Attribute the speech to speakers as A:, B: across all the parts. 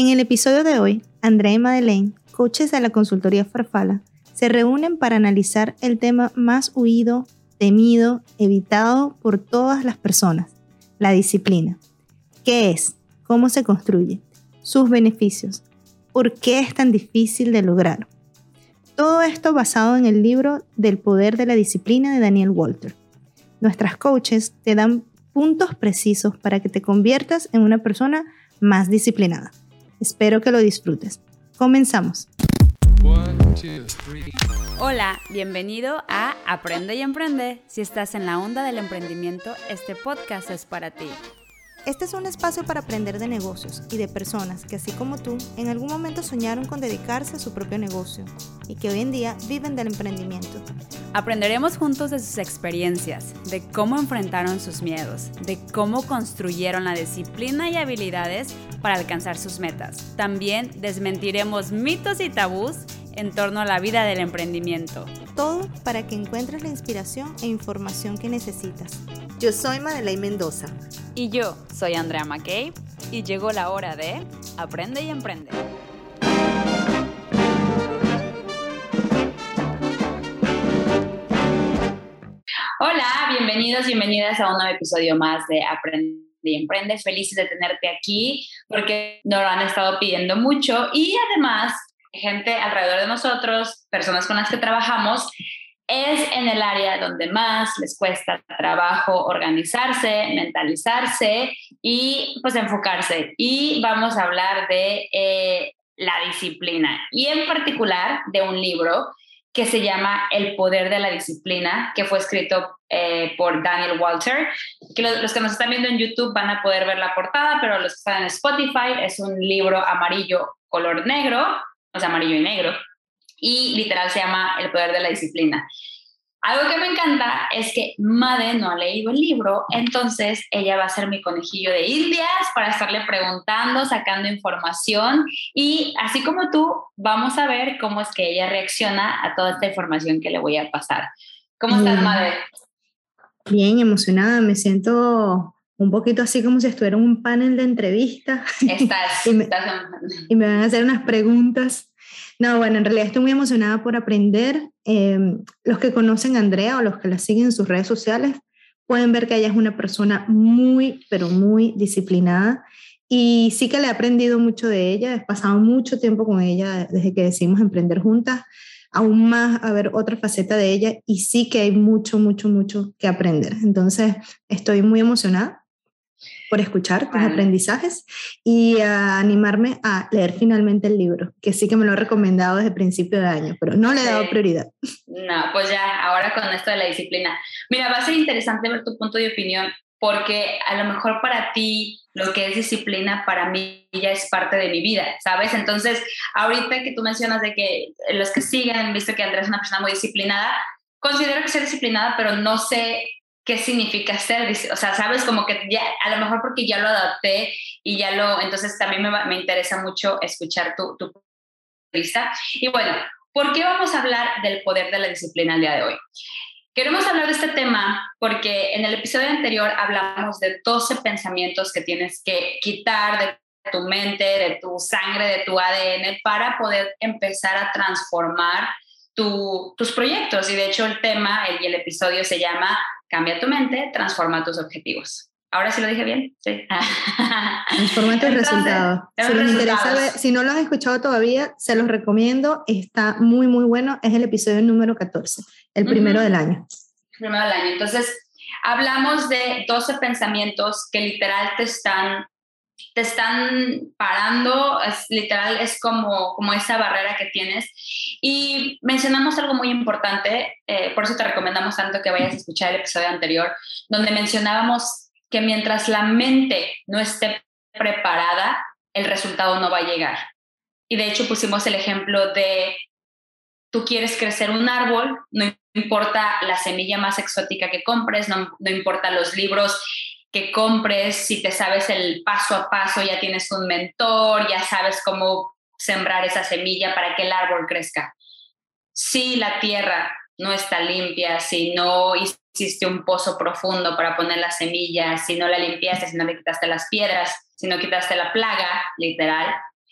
A: En el episodio de hoy, Andrea y Madeleine, coaches de la consultoría Farfala, se reúnen para analizar el tema más huido, temido, evitado por todas las personas, la disciplina. ¿Qué es? ¿Cómo se construye? Sus beneficios. ¿Por qué es tan difícil de lograr? Todo esto basado en el libro Del poder de la disciplina de Daniel Walter. Nuestras coaches te dan puntos precisos para que te conviertas en una persona más disciplinada. Espero que lo disfrutes. Comenzamos.
B: Hola, bienvenido a Aprende y Emprende. Si estás en la onda del emprendimiento, este podcast es para ti.
A: Este es un espacio para aprender de negocios y de personas que, así como tú, en algún momento soñaron con dedicarse a su propio negocio y que hoy en día viven del emprendimiento.
B: Aprenderemos juntos de sus experiencias, de cómo enfrentaron sus miedos, de cómo construyeron la disciplina y habilidades para alcanzar sus metas. También desmentiremos mitos y tabús en torno a la vida del emprendimiento.
A: Todo para que encuentres la inspiración e información que necesitas. Yo soy Madeleine Mendoza.
B: Y yo soy Andrea McKay y llegó la hora de Aprende y Emprende. Hola, bienvenidos, bienvenidas a un nuevo episodio más de Aprende y Emprende. Felices de tenerte aquí porque nos lo han estado pidiendo mucho y además gente alrededor de nosotros, personas con las que trabajamos, es en el área donde más les cuesta trabajo organizarse, mentalizarse y pues enfocarse. Y vamos a hablar de la disciplina y en particular de un libro que se llama El poder de la disciplina, que fue escrito por Daniel Walter, que los que nos están viendo en YouTube van a poder ver la portada, pero los que están en Spotify es un libro amarillo color negro, o sea, amarillo y negro, y literal se llama El poder de la disciplina. Algo que me encanta es que Made no ha leído el libro, entonces ella va a ser mi conejillo de indias para estarle preguntando, sacando información y así como tú, vamos a ver cómo es que ella reacciona a toda esta información que le voy a pasar. ¿Cómo estás, Made?
A: Bien, emocionada, me siento un poquito así como si estuviera en un panel de entrevista. y me van a hacer unas preguntas. No, bueno, en realidad estoy muy emocionada por aprender. Los que conocen a Andrea o los que la siguen en sus redes sociales pueden ver que ella es una persona muy, pero muy disciplinada y sí que le he aprendido mucho de ella. He pasado mucho tiempo con ella desde que decidimos emprender juntas, aún más a ver otra faceta de ella y sí que hay mucho, mucho, mucho que aprender. Entonces estoy muy emocionada por escuchar tus aprendizajes y a animarme a leer finalmente el libro, que sí que me lo he recomendado desde principio de año, pero no le he dado prioridad.
B: No, pues ya, ahora con esto de la disciplina. Mira, va a ser interesante ver tu punto de opinión, porque a lo mejor para ti lo que es disciplina, para mí ya es parte de mi vida, ¿sabes? Entonces, ahorita que tú mencionas de que los que siguen han visto que Andrea es una persona muy disciplinada, considero que soy disciplinada, pero no sé qué significa ser, o sea, sabes, como que ya, a lo mejor porque ya lo adapté y ya entonces también me interesa mucho escuchar tu lista. Y bueno, ¿por qué vamos a hablar del poder de la disciplina el día de hoy? Queremos hablar de este tema porque en el episodio anterior hablamos de 12 pensamientos que tienes que quitar de tu mente, de tu sangre, de tu ADN para poder empezar a transformar tus proyectos. Y de hecho el tema y el episodio se llama Cambia tu mente, transforma tus objetivos. ¿Ahora sí lo dije bien? Sí.
A: Transforma tus resultados. Si les interesa ver, si no lo han escuchado todavía, se los recomiendo. Está muy, muy bueno. Es el episodio número 14, el primero del año.
B: Primero del año. Entonces, hablamos de 12 pensamientos que literal te están parando, literal es como esa barrera que tienes. Y mencionamos algo muy importante, por eso te recomendamos tanto que vayas a escuchar el episodio anterior, donde mencionábamos que mientras la mente no esté preparada, el resultado no va a llegar. Y de hecho pusimos el ejemplo de tú quieres crecer un árbol, no importa la semilla más exótica que compres, no importa los libros que compres, si te sabes el paso a paso, ya tienes un mentor, ya sabes cómo sembrar esa semilla para que el árbol crezca. Si la tierra no está limpia, si no hiciste un pozo profundo para poner la semilla, si no la limpiaste, si no le quitaste las piedras, si no quitaste la plaga, literal,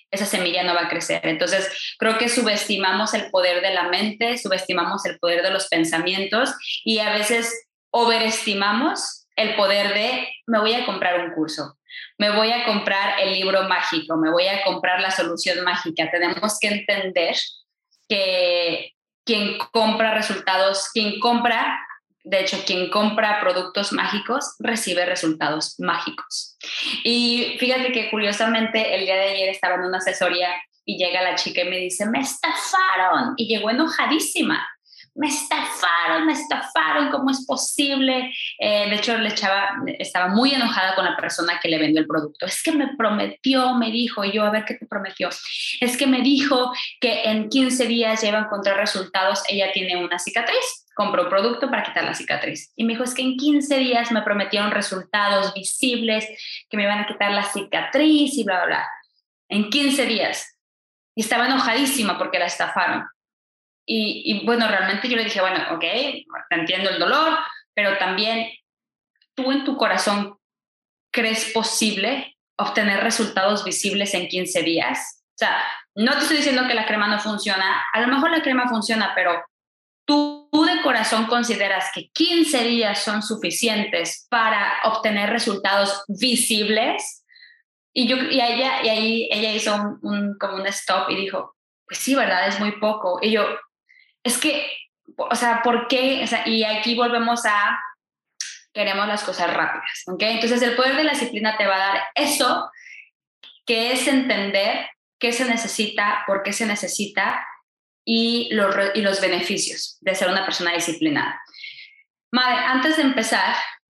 B: esa semilla no va a crecer. Entonces, creo que subestimamos el poder de la mente, subestimamos el poder de los pensamientos y a veces overestimamos el poder de me voy a comprar un curso, me voy a comprar el libro mágico, me voy a comprar la solución mágica. Tenemos que entender que quien compra resultados, de hecho, quien compra productos mágicos recibe resultados mágicos. Y fíjate que curiosamente el día de ayer estaba en una asesoría y llega la chica y me dice, me estafaron, y llegó enojadísima. Me estafaron, ¿cómo es posible? De hecho, estaba muy enojada con la persona que le vendió el producto. Es que me prometió, me dijo, y yo, a ver, ¿qué te prometió? Es que me dijo que en 15 días ya iba a encontrar resultados. Ella tiene una cicatriz, compró un producto para quitar la cicatriz. Y me dijo, es que en 15 días me prometieron resultados visibles, que me iban a quitar la cicatriz y bla, bla, bla. En 15 días. Y estaba enojadísima porque la estafaron. Y bueno, realmente yo le dije, bueno, ok, te entiendo el dolor, pero también tú en tu corazón crees posible obtener resultados visibles en 15 días. O sea, no te estoy diciendo que la crema no funciona, a lo mejor la crema funciona, pero tú de corazón consideras que 15 días son suficientes para obtener resultados visibles. Y ahí ella hizo como un stop y dijo, pues sí, ¿verdad? Es muy poco. Y yo, es que, o sea, ¿por qué? O sea, y aquí volvemos a queremos las cosas rápidas, ¿ok? Entonces el poder de la disciplina te va a dar eso, que es entender qué se necesita, por qué se necesita y los beneficios de ser una persona disciplinada. Made, antes de empezar,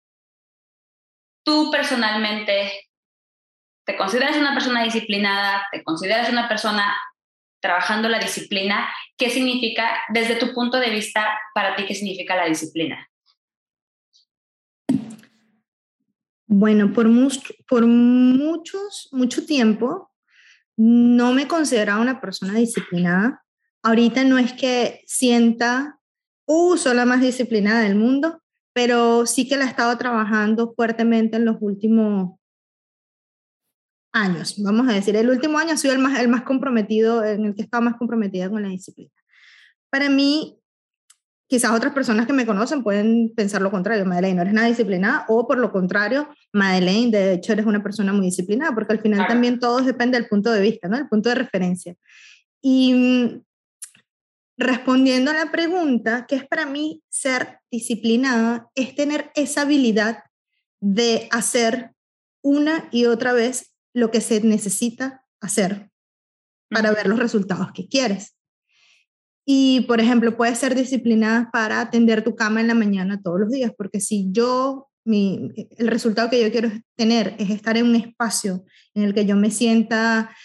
B: tú personalmente te consideras una persona disciplinada, te consideras una persona trabajando la disciplina. ¿Qué significa, desde tu punto de vista, para ti, qué significa la disciplina?
A: Bueno, mucho tiempo no me consideraba una persona disciplinada. Ahorita no es que sienta, soy la más disciplinada del mundo, pero sí que la he estado trabajando fuertemente en los últimos años. Vamos a decir, el último año ha sido el más comprometido, en el que he estado más comprometida con la disciplina. Para mí, quizás otras personas que me conocen pueden pensar lo contrario, Madeleine, no eres nada disciplinada, o por lo contrario, Madeleine, de hecho, eres una persona muy disciplinada, porque al final también todo depende del punto de vista, ¿no? El punto de referencia. Y respondiendo a la pregunta, ¿qué es para mí ser disciplinada? Es tener esa habilidad de hacer una y otra vez lo que se necesita hacer para ver los resultados que quieres. Y, por ejemplo, puedes ser disciplinada para atender tu cama en la mañana todos los días, porque si el resultado que yo quiero tener es estar en un espacio en el que yo me sienta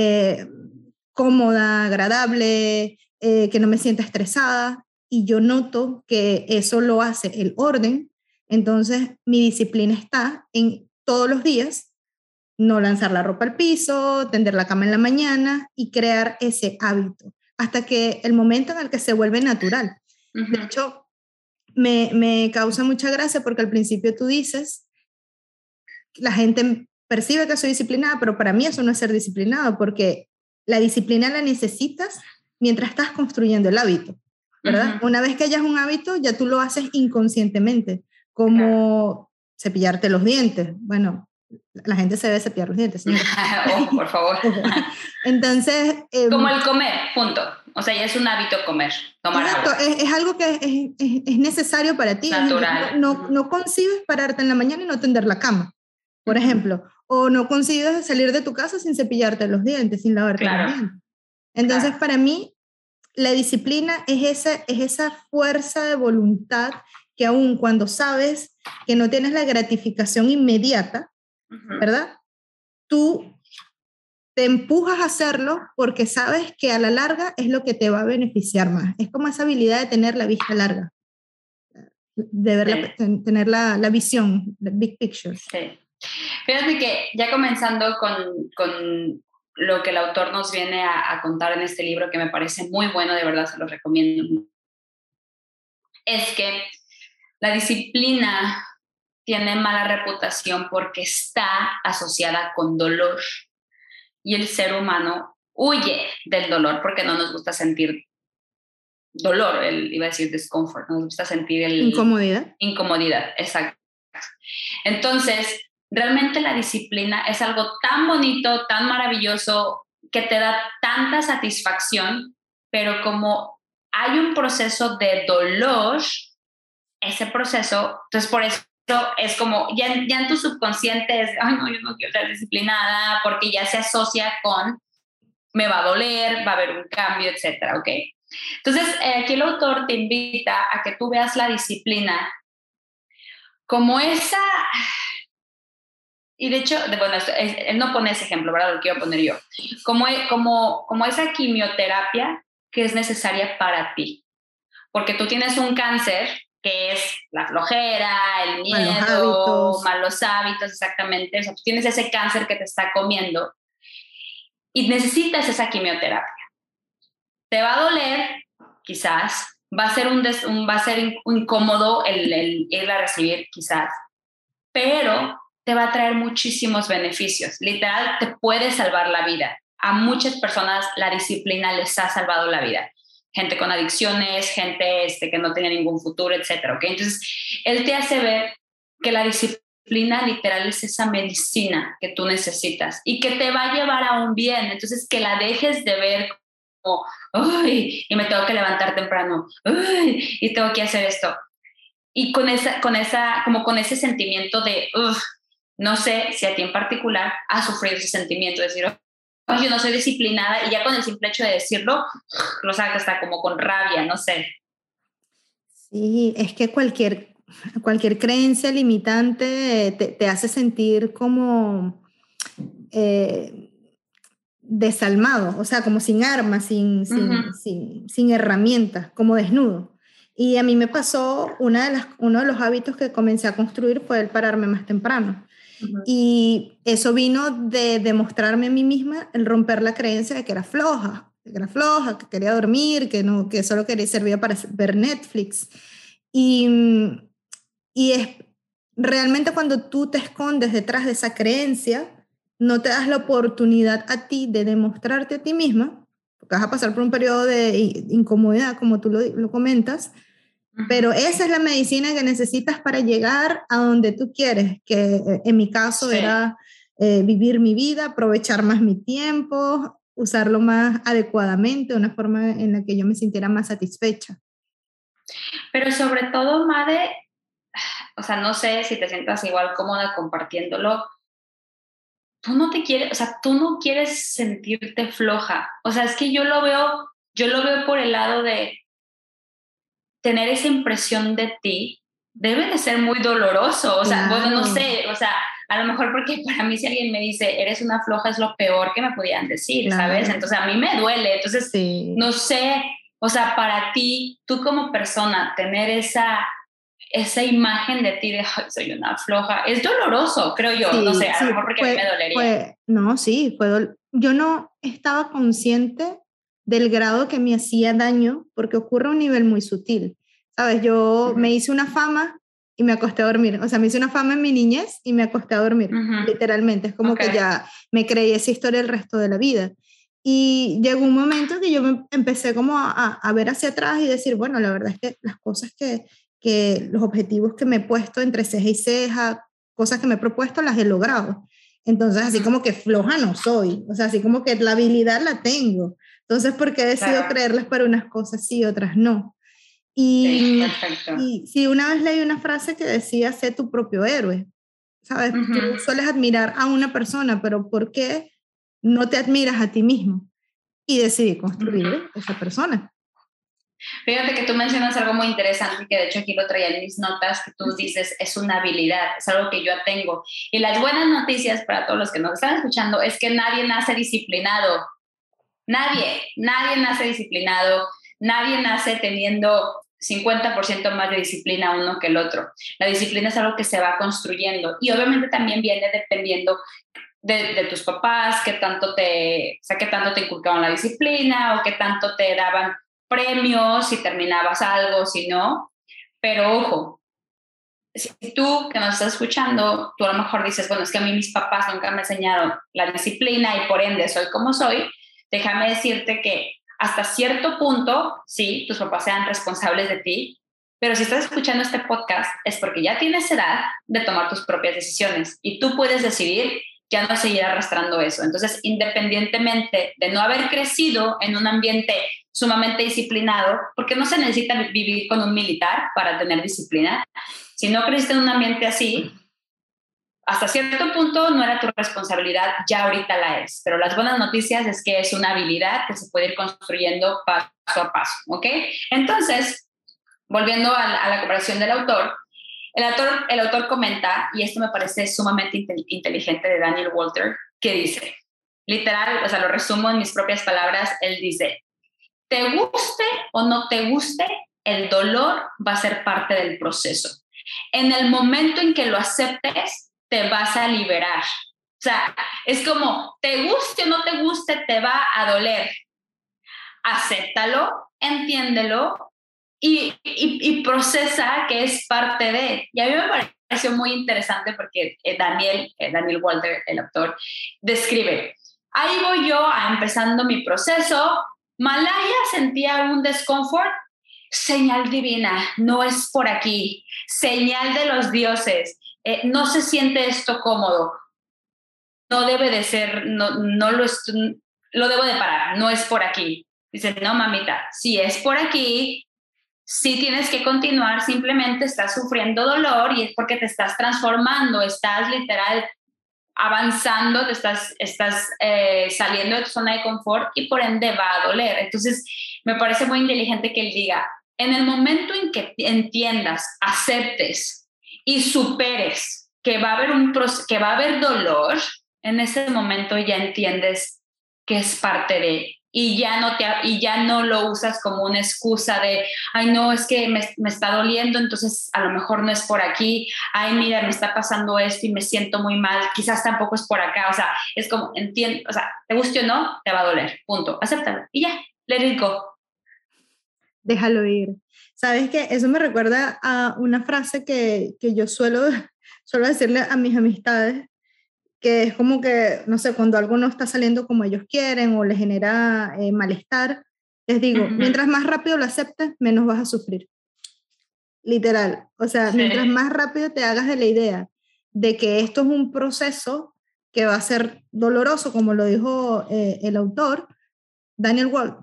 A: cómoda, agradable, que no me sienta estresada, y yo noto que eso lo hace el orden, entonces mi disciplina está en todos los días no lanzar la ropa al piso, tender la cama en la mañana y crear ese hábito hasta que el momento en el que se vuelve natural. De hecho, me causa mucha gracia porque al principio tú dices, la gente percibe que soy disciplinada, pero para mí eso no es ser disciplinado, porque la disciplina la necesitas mientras estás construyendo el hábito, ¿verdad? Una vez que hayas un hábito, ya tú lo haces inconscientemente, como cepillarte los dientes. Bueno, la gente se debe cepillar los dientes, señora.
B: Por favor.
A: Entonces...
B: como el comer, punto. O sea, ya es un hábito comer, tomar
A: exacto,
B: agua.
A: Es algo que es necesario para ti.
B: Natural.
A: No concibes pararte en la mañana y no tender la cama, por ejemplo. O no concibes salir de tu casa sin cepillarte los dientes, sin lavarte los dientes. Entonces, para mí, la disciplina es esa fuerza de voluntad que aun cuando sabes que no tienes la gratificación inmediata, ¿verdad? Tú te empujas a hacerlo porque sabes que a la larga es lo que te va a beneficiar más. Es como esa habilidad de tener la vista larga, de ver tener la visión, la big picture.
B: Sí. Fíjate que ya comenzando con lo que el autor nos viene a contar en este libro, que me parece muy bueno, de verdad se lo recomiendo, es que la disciplina tiene mala reputación porque está asociada con dolor. y el ser humano huye del dolor porque no nos gusta sentir dolor, iba a decir discomfort, no nos gusta sentir incomodidad, exacto. Entonces, realmente la disciplina es algo tan bonito, tan maravilloso, que te da tanta satisfacción, pero como hay un proceso de dolor, ese proceso, entonces por eso es como, ya en tu subconsciente es, ay no, yo no quiero ser disciplinada, porque ya se asocia con, me va a doler, va a haber un cambio, etcétera, ¿ok? Entonces, aquí el autor te invita a que tú veas la disciplina como esa, y de hecho, bueno, él no pone ese ejemplo, ¿verdad? Lo quiero poner yo, como esa quimioterapia que es necesaria para ti, porque tú tienes un cáncer que es la flojera, el miedo, malos hábitos, exactamente, o sea, tú tienes ese cáncer que te está comiendo y necesitas esa quimioterapia. Te va a doler, quizás, va a ser incómodo el ir a recibir, quizás, pero te va a traer muchísimos beneficios. Literal, te puede salvar la vida. A muchas personas la disciplina les ha salvado la vida. Gente con adicciones, gente que no tenía ningún futuro, etcétera, ¿ok? Entonces, él te hace ver que la disciplina literal es esa medicina que tú necesitas y que te va a llevar a un bien. Entonces, que la dejes de ver como, ¡ay! Y me tengo que levantar temprano, ¡ay! Y tengo que hacer esto. Y con ese sentimiento de, no sé si a ti en particular has sufrido ese sentimiento de decir, oh, yo no soy disciplinada, y ya con el simple hecho de decirlo, lo sabes, hasta como con rabia, no sé.
A: Sí, es que cualquier creencia limitante te hace sentir como desalmado, o sea, como sin armas, sin herramientas, como desnudo. Y a mí me pasó, uno de los hábitos que comencé a construir fue el pararme más temprano. Y eso vino de demostrarme a mí misma el romper la creencia de que era floja, que quería dormir, que solo quería servir para ver Netflix. Y es realmente cuando tú te escondes detrás de esa creencia, no te das la oportunidad a ti de demostrarte a ti misma, porque vas a pasar por un periodo de incomodidad, como tú lo comentas, pero esa es la medicina que necesitas para llegar a donde tú quieres, que en mi caso era vivir mi vida, aprovechar más mi tiempo, usarlo más adecuadamente, de una forma en la que yo me sintiera más satisfecha.
B: Pero sobre todo, Made, o sea, no sé si te sientas igual cómoda compartiéndolo, tú no quieres sentirte floja. O sea, es que yo lo veo por el lado de tener esa impresión de ti, debe de ser muy doloroso. O sea, bueno, no sé, o sea, a lo mejor porque para mí si alguien me dice, eres una floja, es lo peor que me podían decir, ¿sabes? Entonces a mí me duele. Entonces, no sé, o sea, para ti, tú como persona, tener esa imagen de ti de, ay, soy una floja, es doloroso, creo yo. No sé, a lo mejor porque a mí me dolería.
A: Yo no estaba consciente del grado que me hacía daño, porque ocurre a un nivel muy sutil, ¿sabes? Yo me hice una fama y me acosté a dormir, o sea, me hice una fama en mi niñez y me acosté a dormir, literalmente, es como que ya me creí esa historia el resto de la vida. Y llegó un momento que yo me empecé como a ver hacia atrás y decir, bueno, la verdad es que las cosas que los objetivos que me he puesto entre ceja y ceja, cosas que me he propuesto, las he logrado. Entonces, así como que floja no soy, o sea, así como que la habilidad la tengo. Entonces, ¿por qué decido creerlas para unas cosas sí y otras no? Y sí, una vez leí una frase que decía, sé tu propio héroe, ¿sabes? Tú sueles admirar a una persona, pero ¿por qué no te admiras a ti mismo? Y decidí construir esa persona.
B: Fíjate que tú mencionas algo muy interesante, que de hecho aquí lo traía en mis notas, que tú dices, es una habilidad, es algo que yo tengo. Y las buenas noticias para todos los que nos están escuchando es que nadie nace disciplinado. Nadie nace disciplinado, nadie nace teniendo 50% más de disciplina uno que el otro. La disciplina es algo que se va construyendo y obviamente también viene dependiendo de tus papás, qué tanto te inculcaban la disciplina o qué tanto te daban premios si terminabas algo, si no. Pero ojo, si tú que nos estás escuchando, tú a lo mejor dices, bueno, es que a mí mis papás nunca me enseñaron la disciplina y por ende soy como soy, déjame decirte que hasta cierto punto, sí, tus papás sean responsables de ti, pero si estás escuchando este podcast es porque ya tienes edad de tomar tus propias decisiones y tú puedes decidir ya no seguir arrastrando eso. Entonces, independientemente de no haber crecido en un ambiente sumamente disciplinado, porque no se necesita vivir con un militar para tener disciplina, si no creciste en un ambiente así, hasta cierto punto no era tu responsabilidad, ya ahorita la es. Pero las buenas noticias es que es una habilidad que se puede ir construyendo paso a paso, ¿ok? Entonces, volviendo a la comparación del autor, el autor comenta, y esto me parece sumamente inteligente de Daniel Walter, que dice, literal, o sea, lo resumo en mis propias palabras, él dice, te guste o no te guste, el dolor va a ser parte del proceso. En el momento en que lo aceptes, te vas a liberar. O sea, es como, te guste o no te guste, te va a doler. Acéptalo, entiéndelo y procesa que es parte de. Y a mí me pareció muy interesante porque Daniel Walter, el autor, describe, ahí voy yo empezando mi proceso, Malaya sentía un desconfort, señal divina, no es por aquí, señal de los dioses, no se siente esto cómodo, no debe de ser, no lo debo de parar, no es por aquí. Dice, no mamita, si es por aquí, sí tienes que continuar, simplemente estás sufriendo dolor y es porque te estás transformando, estás literal avanzando, te estás saliendo de tu zona de confort y por ende va a doler. Entonces, me parece muy inteligente que él diga, en el momento en que entiendas, aceptes y superes que va a haber dolor, en ese momento ya entiendes que es parte de y ya no lo usas como una excusa de, ay, no, es que me está doliendo, entonces a lo mejor no es por aquí, ay, mira, me está pasando esto y me siento muy mal, quizás tampoco es por acá, o sea, es como, entiendo, o sea, te guste o no, te va a doler, punto, acéptalo y ya, let it go.
A: Déjalo ir. ¿Sabes qué? Eso me recuerda a una frase que yo suelo decirle a mis amistades, que es como que, no sé, cuando algo no está saliendo como ellos quieren o les genera malestar, les digo, mientras más rápido lo aceptes, menos vas a sufrir. Literal. O sea, sí. Mientras más rápido te hagas de la idea de que esto es un proceso que va a ser doloroso, como lo dijo el autor, Daniel Walter.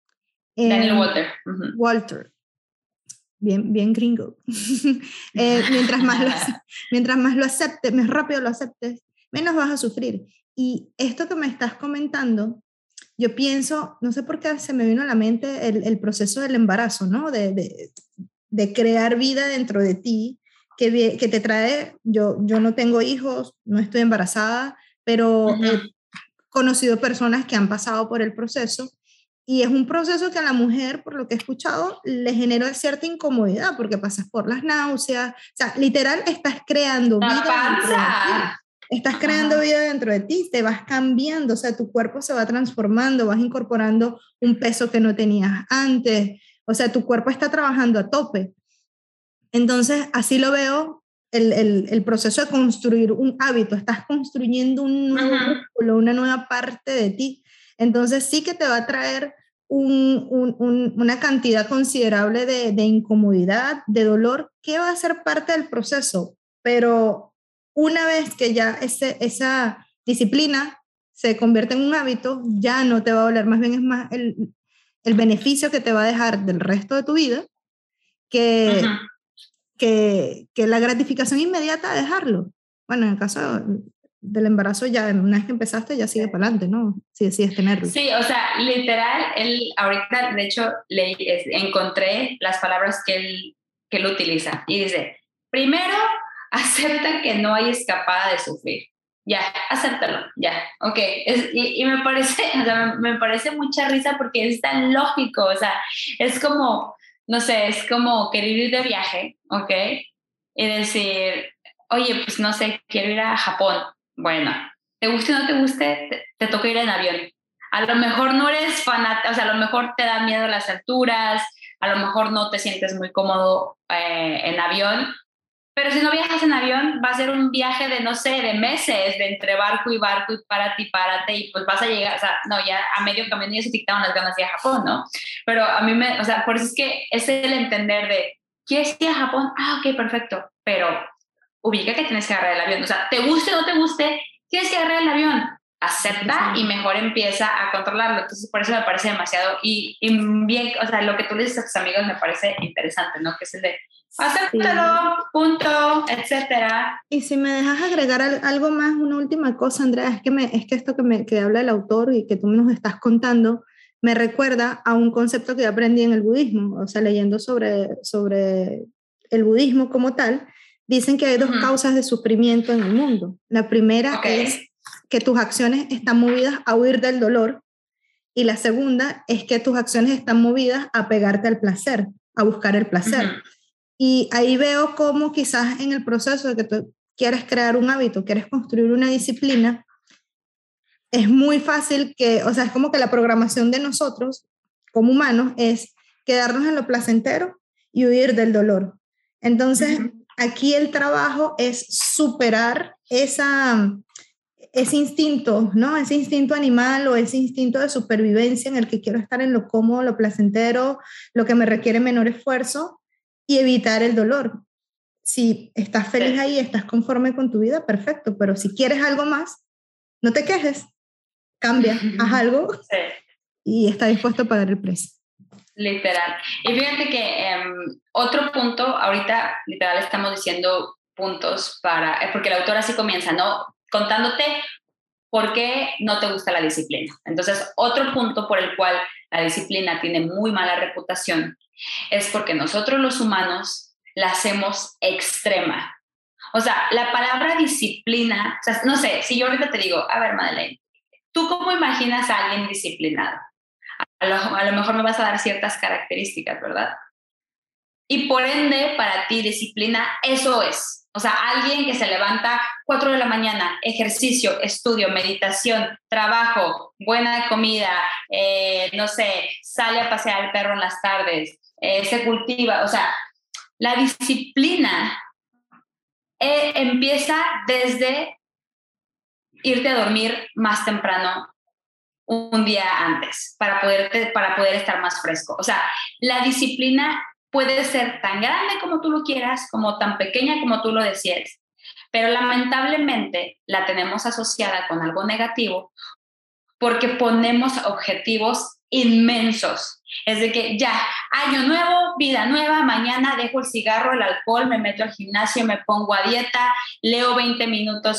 A: Walter. Bien gringo. Mientras más lo aceptes, más rápido lo aceptes, menos vas a sufrir. Y esto que me estás comentando, yo pienso, no sé por qué se me vino a la mente el proceso del embarazo, ¿no? De crear vida dentro de ti, que te trae, yo no tengo hijos, no estoy embarazada, pero he conocido personas que han pasado por el proceso y es un proceso que a la mujer, por lo que he escuchado, le genera cierta incomodidad porque pasas por las náuseas, o sea, literal estás creando vida dentro de ti. Estás creando vida dentro de ti, te vas cambiando, o sea, tu cuerpo se va transformando, vas incorporando un peso que no tenías antes, o sea, tu cuerpo está trabajando a tope. Entonces, así lo veo el proceso de construir un hábito, estás construyendo un nuevo músculo, una nueva parte de ti. Entonces, sí que te va a traer una cantidad considerable de incomodidad, de dolor, que va a ser parte del proceso, pero una vez que ya esa disciplina se convierte en un hábito, ya no te va a doler, más bien es más el beneficio que te va a dejar del resto de tu vida que la gratificación inmediata de dejarlo. Bueno, en el caso del embarazo, ya una vez que empezaste, ya sigue para adelante, ¿no? Si decides tenerlo.
B: Sí, o sea, literal, él ahorita, de hecho, encontré las palabras que él utiliza y dice, primero, acepta que no hay escapada de sufrir. Ya, acéptalo, ya, ok. Y me parece mucha risa porque es tan lógico, o sea, es como, no sé, es como querer ir de viaje, ok, y decir, oye, pues no sé, quiero ir a Japón. Bueno, te guste o no te guste, te toca ir en avión. A lo mejor no eres fanático, o sea, a lo mejor te da miedo las alturas, a lo mejor no te sientes muy cómodo en avión, Pero si no viajas en avión, va a ser un viaje de, no sé, de meses, de entre barco y párate, y pues vas a llegar, o sea, no, ya a medio camino ya se te quitaron las ganas de ir a Japón, ¿no? Pero a mí o sea, por eso es que es el entender de, ¿quieres ir a Japón? Ah, ok, perfecto, pero ubica que tienes que agarrar el avión, o sea, te guste o no te guste, tienes que agarrar el avión, acepta y mejor empieza a controlarlo. Entonces, por eso me parece demasiado, y bien, o sea, lo que tú le dices a tus amigos me parece interesante, ¿no? Que es el de, acéptalo, punto, etcétera.
A: Y si me dejas agregar algo más, una última cosa, Andrea, es que esto que habla el autor y que tú nos estás contando, me recuerda a un concepto que yo aprendí en el budismo, o sea, leyendo sobre el budismo como tal, dicen que hay dos causas de sufrimiento en el mundo. La primera es que tus acciones están movidas a huir del dolor, y la segunda es que tus acciones están movidas a pegarte al placer, a buscar el placer. Y ahí veo cómo quizás en el proceso de que tú quieres crear un hábito, quieres construir una disciplina, es muy fácil que, o sea, es como que la programación de nosotros como humanos es quedarnos en lo placentero y huir del dolor. Entonces, aquí el trabajo es superar ese instinto, ¿no? Ese instinto animal o ese instinto de supervivencia en el que quiero estar en lo cómodo, lo placentero, lo que me requiere menor esfuerzo, y evitar el dolor. Si estás feliz ahí, estás conforme con tu vida, perfecto, pero si quieres algo más, no te quejes, cambia, haz algo y está dispuesto a pagar el precio.
B: Literal. Y fíjate que otro punto, ahorita literal estamos diciendo puntos porque el autor así comienza, ¿no? Contándote por qué no te gusta la disciplina. Entonces, otro punto por el cual la disciplina tiene muy mala reputación es porque nosotros los humanos la hacemos extrema. O sea, la palabra disciplina, o sea, no sé, si yo ahorita te digo, a ver, Madeleine, ¿tú cómo imaginas a alguien disciplinado? A lo mejor me vas a dar ciertas características, ¿verdad? Y por ende, para ti, disciplina, eso es. O sea, alguien que se levanta 4 de la mañana, ejercicio, estudio, meditación, trabajo, buena comida, no sé, sale a pasear al perro en las tardes, se cultiva. O sea, la disciplina empieza desde irte a dormir más temprano un día antes para poder estar más fresco. O sea, la disciplina puede ser tan grande como tú lo quieras, como tan pequeña como tú lo desees, pero lamentablemente la tenemos asociada con algo negativo porque ponemos objetivos inmensos. Es de que ya, año nuevo, vida nueva, mañana dejo el cigarro, el alcohol, me meto al gimnasio, me pongo a dieta, leo 20 minutos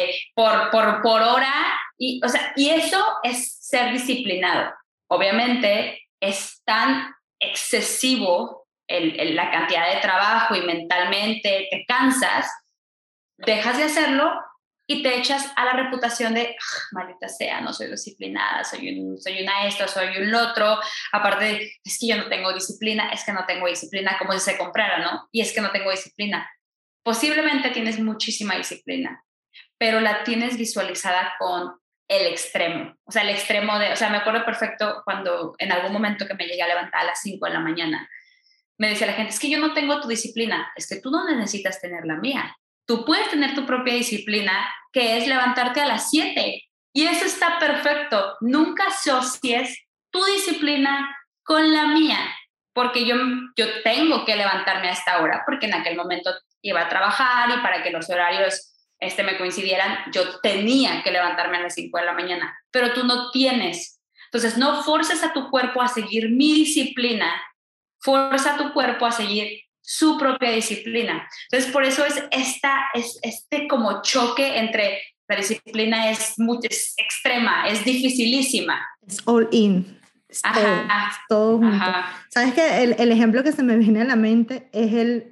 B: por hora, y eso es ser disciplinado. Obviamente es tan excesivo la cantidad de trabajo y mentalmente te cansas, dejas de hacerlo y te echas a la reputación de, maldita sea, no soy disciplinada, soy una esto, soy un otro, aparte de, es que yo no tengo disciplina, es que no tengo disciplina, como si se comprara, ¿no? Y es que no tengo disciplina. Posiblemente tienes muchísima disciplina, pero la tienes visualizada con el extremo, o sea, me acuerdo perfecto cuando en algún momento que me llegué a levantar a las 5 de la mañana, me decía la gente, es que yo no tengo tu disciplina, es que tú no necesitas tener la mía. Tú puedes tener tu propia disciplina, que es levantarte a las 7. Y eso está perfecto. Nunca asocies tu disciplina con la mía, porque yo tengo que levantarme a esta hora, porque en aquel momento iba a trabajar y para que los horarios me coincidieran, yo tenía que levantarme a las 5 de la mañana, pero tú no tienes. Entonces, no forces a tu cuerpo a seguir mi disciplina, forza a tu cuerpo a seguir su propia disciplina. Entonces, por eso es este como choque entre la disciplina es extrema, es dificilísima.
A: Es all in. Es todo junto. ¿Sabes qué? El ejemplo que se me viene a la mente es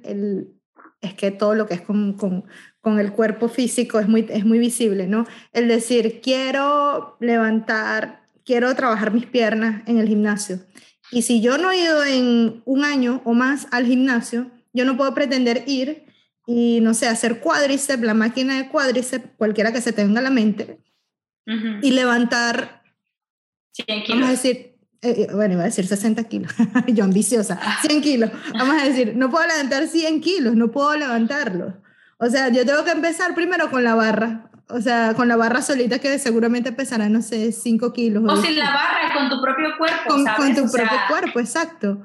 A: es que todo lo que es con el cuerpo físico es muy visible, ¿no? El decir, quiero trabajar mis piernas en el gimnasio. Y si yo no he ido en un año o más al gimnasio, yo no puedo pretender ir y, no sé, hacer cuádriceps, la máquina de cuádriceps, cualquiera que se tenga a la mente, y levantar,
B: 100 kilos.
A: vamos a decir, bueno, iba a decir 60 kilos, yo ambiciosa, 100 kilos, vamos a decir, no puedo levantar 100 kilos, no puedo levantarlos. O sea, yo tengo que empezar primero con la barra, o sea, con la barra solita que seguramente pesará, no sé, 5 kilos.
B: O sin la barra, con tu propio cuerpo, ¿sabes?
A: Con tu propio cuerpo, exacto.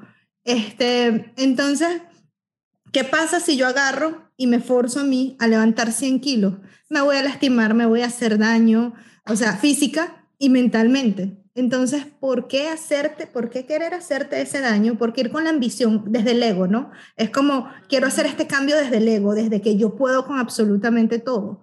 A: Entonces, ¿qué pasa si yo agarro y me forzo a mí a levantar 100 kilos? Me voy a lastimar, me voy a hacer daño, o sea, física y mentalmente. Entonces, ¿por qué querer hacerte ese daño? ¿Por qué ir con la ambición desde el ego, no? Es como, quiero hacer este cambio desde el ego, desde que yo puedo con absolutamente todo.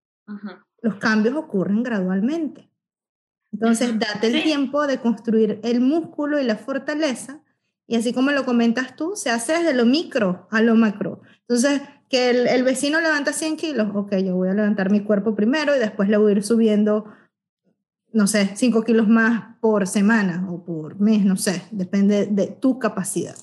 A: Los cambios ocurren gradualmente. Entonces, date el tiempo de construir el músculo y la fortaleza, y así como lo comentas tú, se hace desde lo micro a lo macro. Entonces, que el vecino levanta 100 kilos, ok, yo voy a levantar mi cuerpo primero y después le voy a ir subiendo, no sé, 5 kilos más por semana o por mes, no sé, depende de tu capacidad.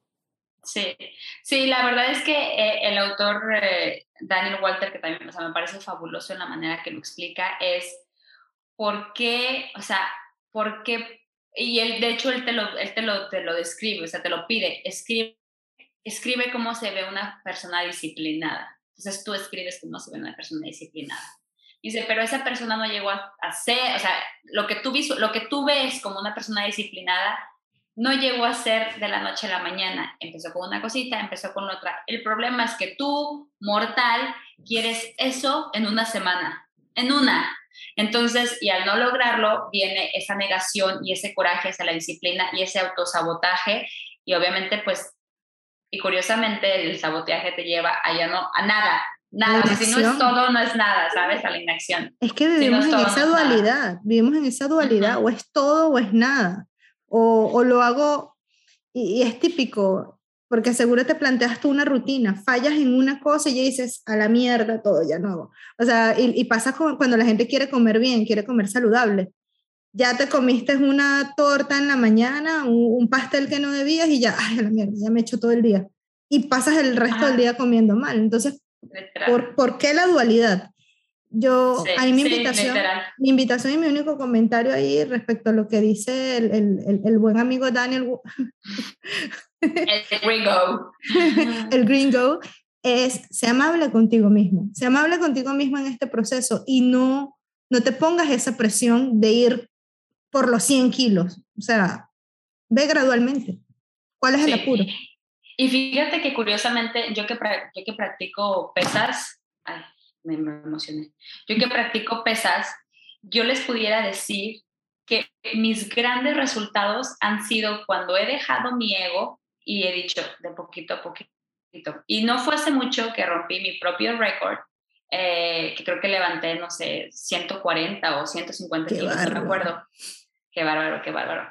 B: Sí, sí, la verdad es que el autor Daniel Walter, que también, o sea, me parece fabuloso en la manera que lo explica, es por qué, o sea, por qué, y él, de hecho, él te lo describe, o sea, te lo pide, escribe cómo se ve una persona disciplinada. Entonces tú escribes cómo se ve una persona disciplinada. Dice, pero esa persona no llegó a ser, o sea, lo que tú ves como una persona disciplinada no llegó a ser de la noche a la mañana. Empezó con una cosita, empezó con otra. El problema es que tú, mortal, quieres eso en una semana, en una. Entonces, y al no lograrlo, viene esa negación y ese coraje hacia la disciplina y ese autosabotaje. Y obviamente, pues, y curiosamente, el sabotaje te lleva a ya no, a nada. Nada, o sea, si no es todo, no es nada, ¿sabes? A la inacción.
A: Es que vivimos en esa dualidad, vivimos en esa dualidad, o es todo o es nada. O lo hago, y es típico, porque seguro te planteas tú una rutina, fallas en una cosa y ya dices, a la mierda todo, ya no hago. O sea, y pasa cuando la gente quiere comer bien, quiere comer saludable. Ya te comiste una torta en la mañana, un pastel que no debías y ya, ay, a la mierda, ya me he hecho todo el día. Y pasas el resto del día comiendo mal. Entonces, ¿por qué la dualidad? Yo, ahí mi invitación y mi único comentario ahí respecto a lo que dice el buen amigo Daniel,
B: el gringo,
A: el gringo, es, sé amable contigo mismo, sé amable contigo mismo en este proceso y no te pongas esa presión de ir por los 100 kilos, o sea, ve gradualmente. ¿Cuál es el apuro?
B: Y fíjate que curiosamente, yo que practico pesas, ay, me emocioné. Yo que practico pesas, yo les pudiera decir que mis grandes resultados han sido cuando he dejado mi ego y he dicho de poquito a poquito. Y no fue hace mucho que rompí mi propio récord, que creo que levanté, no sé, 140 o 150
A: qué
B: kilos,
A: bárbaro.
B: No me acuerdo. Qué bárbaro.
A: Qué bárbaro.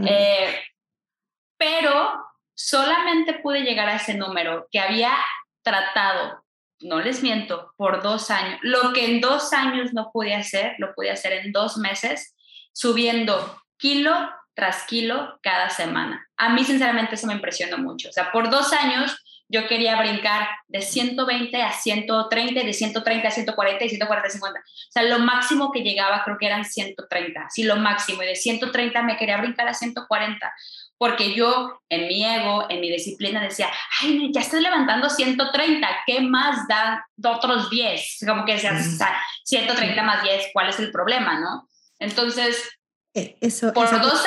B: Pero solamente pude llegar a ese número que había tratado, no les miento, por 2 años. Lo que en 2 años no pude hacer, lo pude hacer en 2 meses, subiendo kilo tras kilo cada semana. A mí, sinceramente, eso me impresionó mucho. O sea, por 2 años yo quería brincar de 120 a 130, de 130 a 140 y 140 a 50. O sea, lo máximo que llegaba creo que eran 130, sí, lo máximo. Y de 130 me quería brincar a 140. Porque yo, en mi ego, en mi disciplina, decía, ay, ya estoy levantando 130, ¿qué más dan otros 10? Como que decías, 130 más 10, ¿cuál es el problema, no? Entonces, por 2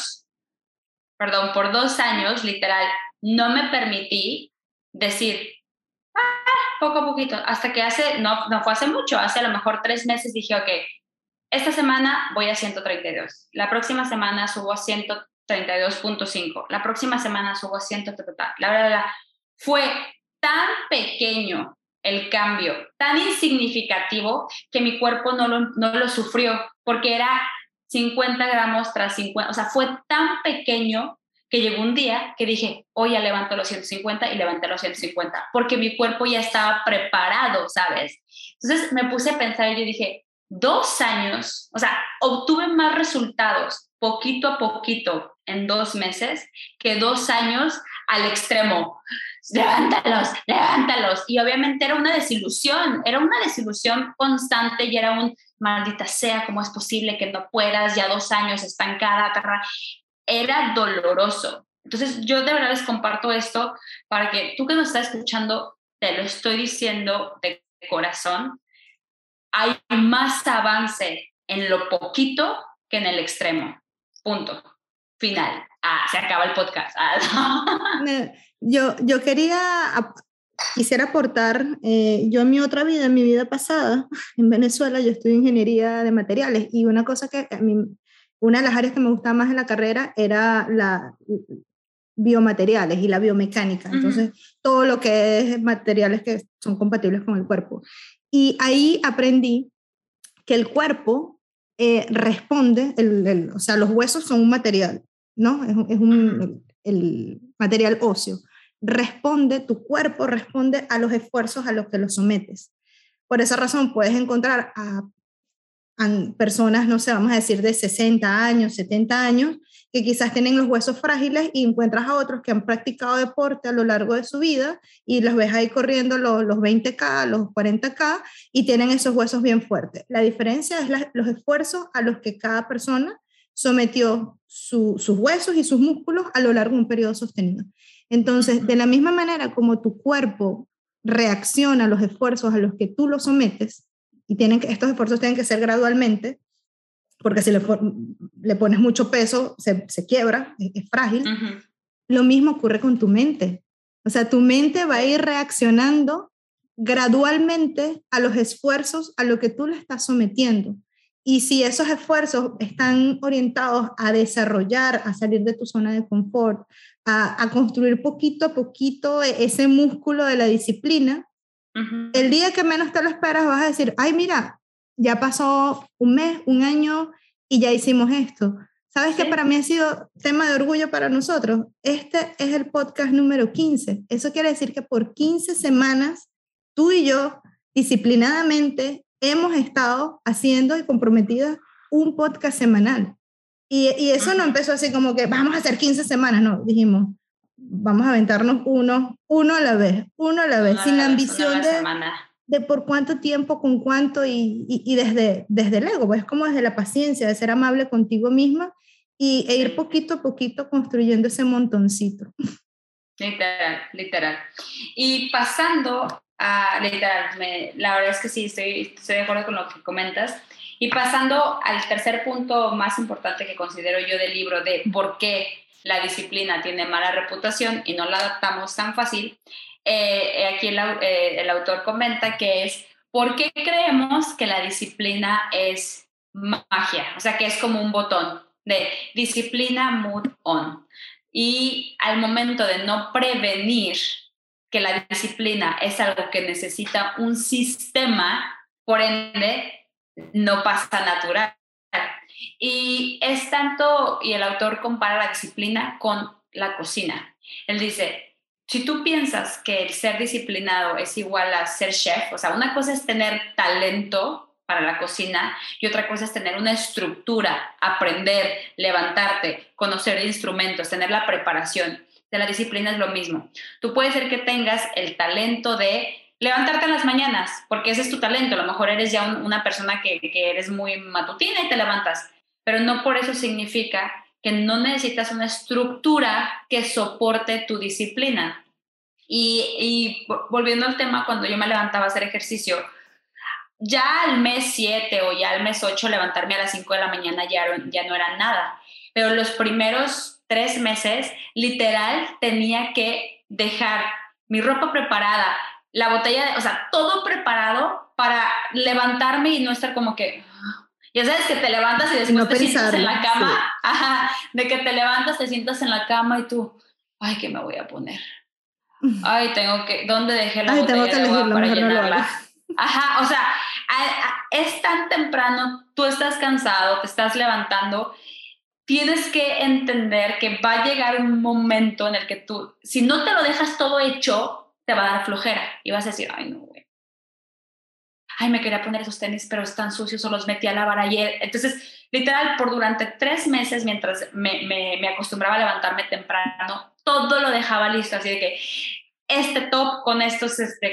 B: años, literal, no me permití decir, poco a poquito, hasta que no fue hace mucho, hace a lo mejor 3 meses dije, ok, esta semana voy a 132, la próxima semana subo a 132.5, la próxima semana subo a 100, la verdad, fue tan pequeño el cambio, tan insignificativo que mi cuerpo no lo sufrió, porque era 50 gramos tras 50, o sea, fue tan pequeño que llegó un día que dije, hoy ya levanto los 150 y levanté los 150, porque mi cuerpo ya estaba preparado, ¿sabes? Entonces me puse a pensar y yo dije, 2 años, o sea, obtuve más resultados poquito a poquito en 2 meses que 2 años al extremo. Levántalos. Y obviamente era una desilusión constante y era maldita sea, ¿cómo es posible que no puedas? Ya 2 años estancada, era doloroso. Entonces, yo de verdad les comparto esto para que tú que nos estás escuchando, te lo estoy diciendo de corazón, hay más avance en lo poquito que en el extremo. Punto. Final. Se acaba el podcast.
A: Yo quisiera aportar, yo en mi otra vida, en mi vida pasada, en Venezuela, yo estudié ingeniería de materiales y una cosa que a mí, una de las áreas que me gustaba más en la carrera era la biomateriales y la biomecánica. Entonces, todo lo que es materiales que son compatibles con el cuerpo. Y ahí aprendí que el cuerpo responde, o sea, los huesos son un material, ¿no? El material óseo. Tu cuerpo responde a los esfuerzos a los que lo sometes. Por esa razón puedes encontrar a personas, no sé, vamos a decir de 60 años, 70 años, que quizás tienen los huesos frágiles y encuentras a otros que han practicado deporte a lo largo de su vida y los ves ahí corriendo los 20K, los 40K y tienen esos huesos bien fuertes. La diferencia es los esfuerzos a los que cada persona sometió sus huesos y sus músculos a lo largo de un periodo sostenido. Entonces, de la misma manera como tu cuerpo reacciona a los esfuerzos a los que tú lo sometes, y estos esfuerzos tienen que ser gradualmente, porque si le pones mucho peso, se quiebra, es frágil. Lo mismo ocurre con tu mente. O sea, tu mente va a ir reaccionando gradualmente a los esfuerzos a lo que tú le estás sometiendo. Y si esos esfuerzos están orientados a desarrollar, a salir de tu zona de confort, a construir poquito a poquito ese músculo de la disciplina, el día que menos te lo esperas vas a decir, ay, mira, ya pasó un mes, un año y ya hicimos esto. ¿Sabes qué para mí ha sido tema de orgullo para nosotros? Este es el podcast número 15. Eso quiere decir que por 15 semanas tú y yo disciplinadamente hemos estado haciendo y comprometidas un podcast semanal. Y eso no empezó así como que vamos a hacer 15 semanas, no, dijimos, vamos a aventarnos uno a la vez, sin la ambición de por cuánto tiempo, con cuánto y desde el ego, pues como desde la paciencia, de ser amable contigo misma e ir poquito a poquito construyendo ese montoncito.
B: Literal. Y pasando a, la verdad es que sí, estoy de acuerdo con lo que comentas. Y pasando al tercer punto más importante que considero yo del libro, de por qué la disciplina tiene mala reputación y no la adaptamos tan fácil, aquí el autor comenta que es ¿por qué creemos que la disciplina es magia? O sea, que es como un botón de disciplina, mood on. Y al momento de no prevenir que la disciplina es algo que necesita un sistema, por ende, no pasa natural. Y es tanto, y el autor compara la disciplina con la cocina. Él dice, si tú piensas que el ser disciplinado es igual a ser chef, o sea, una cosa es tener talento para la cocina y otra cosa es tener una estructura, aprender, levantarte, conocer instrumentos, tener la preparación. De la disciplina es lo mismo. Tú puedes ser que tengas el talento de levantarte en las mañanas, porque ese es tu talento. A lo mejor eres ya una persona que eres muy matutina y te levantas, pero no por eso significa que no necesitas una estructura que soporte tu disciplina. Y volviendo al tema, cuando yo me levantaba a hacer ejercicio, ya al mes 7 o ya al mes 8 levantarme a las 5 de la mañana ya no era nada. Pero los primeros 3 meses, literal, tenía que dejar mi ropa preparada, la botella, o sea, todo preparado para levantarme y no estar como que... Ya sabes que te levantas y después te sientas en la cama. Sí. Ajá, de que te levantas, te sientas en la cama y tú, ay, ¿qué me voy a poner? Ay, ¿dónde dejé la botella de agua para llenarla? Ajá, o sea, es tan temprano, tú estás cansado, te estás levantando, tienes que entender que va a llegar un momento en el que tú, si no te lo dejas todo hecho, te va a dar flojera y vas a decir, ay, no, güey. Ay, me quería poner esos tenis, pero están sucios o los metí a lavar ayer. Entonces, literal, durante 3 meses, mientras me acostumbraba a levantarme temprano, todo lo dejaba listo, así de que este top con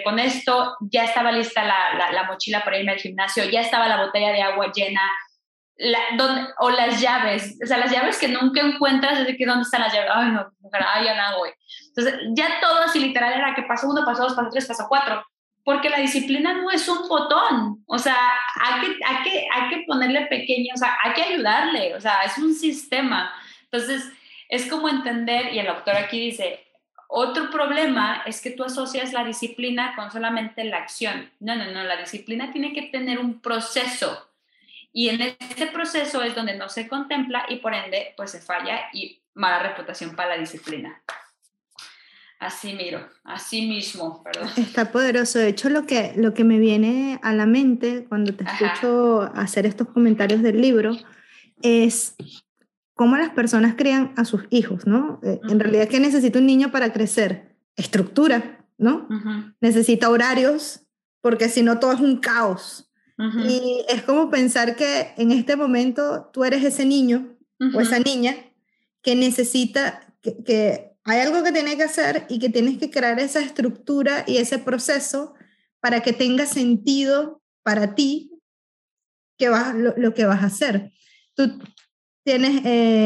B: esto, ya estaba lista la mochila para irme al gimnasio, ya estaba la botella de agua llena, o las llaves, o sea, las llaves que nunca encuentras, es de que ¿dónde están las llaves? Ay, no, ya nada, güey. Entonces, ya todo así literal era que pasó 1, pasó 2, pasó 3, pasó 4, porque la disciplina no es un botón, o sea, hay que ponerle pequeño, o sea, hay que ayudarle, o sea, es un sistema. Entonces, es como entender, y el autor aquí dice, otro problema es que tú asocias la disciplina con solamente la acción. No, la disciplina tiene que tener un proceso. Y en ese proceso es donde no se contempla y por ende pues se falla y mala reputación para la disciplina. Así mismo, perdón.
A: Está poderoso. De hecho, lo que me viene a la mente cuando te escucho hacer estos comentarios del libro es cómo las personas crían a sus hijos, ¿no? En realidad, ¿qué necesita un niño para crecer? Estructura, ¿no? Necesita horarios, porque si no todo es un caos. Y es como pensar que en este momento tú eres ese niño o esa niña que necesita, que hay algo que tiene que hacer y que tienes que crear esa estructura y ese proceso para que tenga sentido para ti lo que vas a hacer. Tú tienes,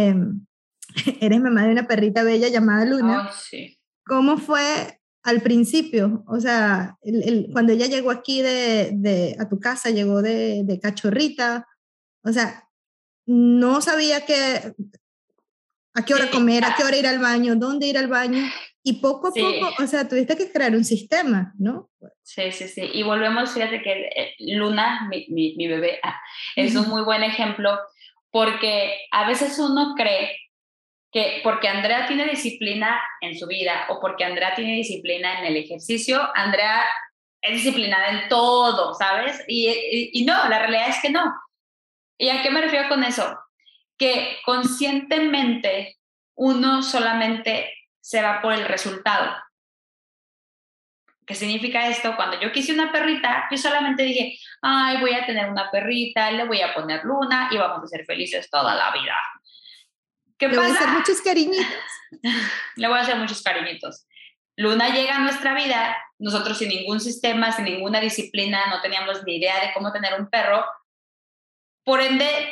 A: eres mamá de una perrita bella llamada Luna.
B: Oh, sí.
A: ¿Cómo fue al principio? O sea, cuando ella llegó aquí a tu casa, llegó de cachorrita, o sea, no sabía a qué hora comer, a qué hora ir al baño, dónde ir al baño, y poco a poco, o sea, tuviste que crear un sistema, ¿no?
B: Sí. Y volvemos, fíjate que Luna, mi bebé, es un muy buen ejemplo, porque a veces uno cree que porque Andrea tiene disciplina en su vida o porque Andrea tiene disciplina en el ejercicio, Andrea es disciplinada en todo, ¿sabes? Y no, la realidad es que no. ¿Y a qué me refiero con eso? Que conscientemente uno solamente se va por el resultado. ¿Qué significa esto? Cuando yo quise una perrita, yo solamente dije, ay, voy a tener una perrita, le voy a poner Luna y vamos a ser felices toda la vida. ¿Qué pasa?
A: Le voy a hacer muchos cariñitos.
B: Le voy a hacer muchos cariñitos. Luna llega a nuestra vida, nosotros sin ningún sistema, sin ninguna disciplina, no teníamos ni idea de cómo tener un perro. Por ende,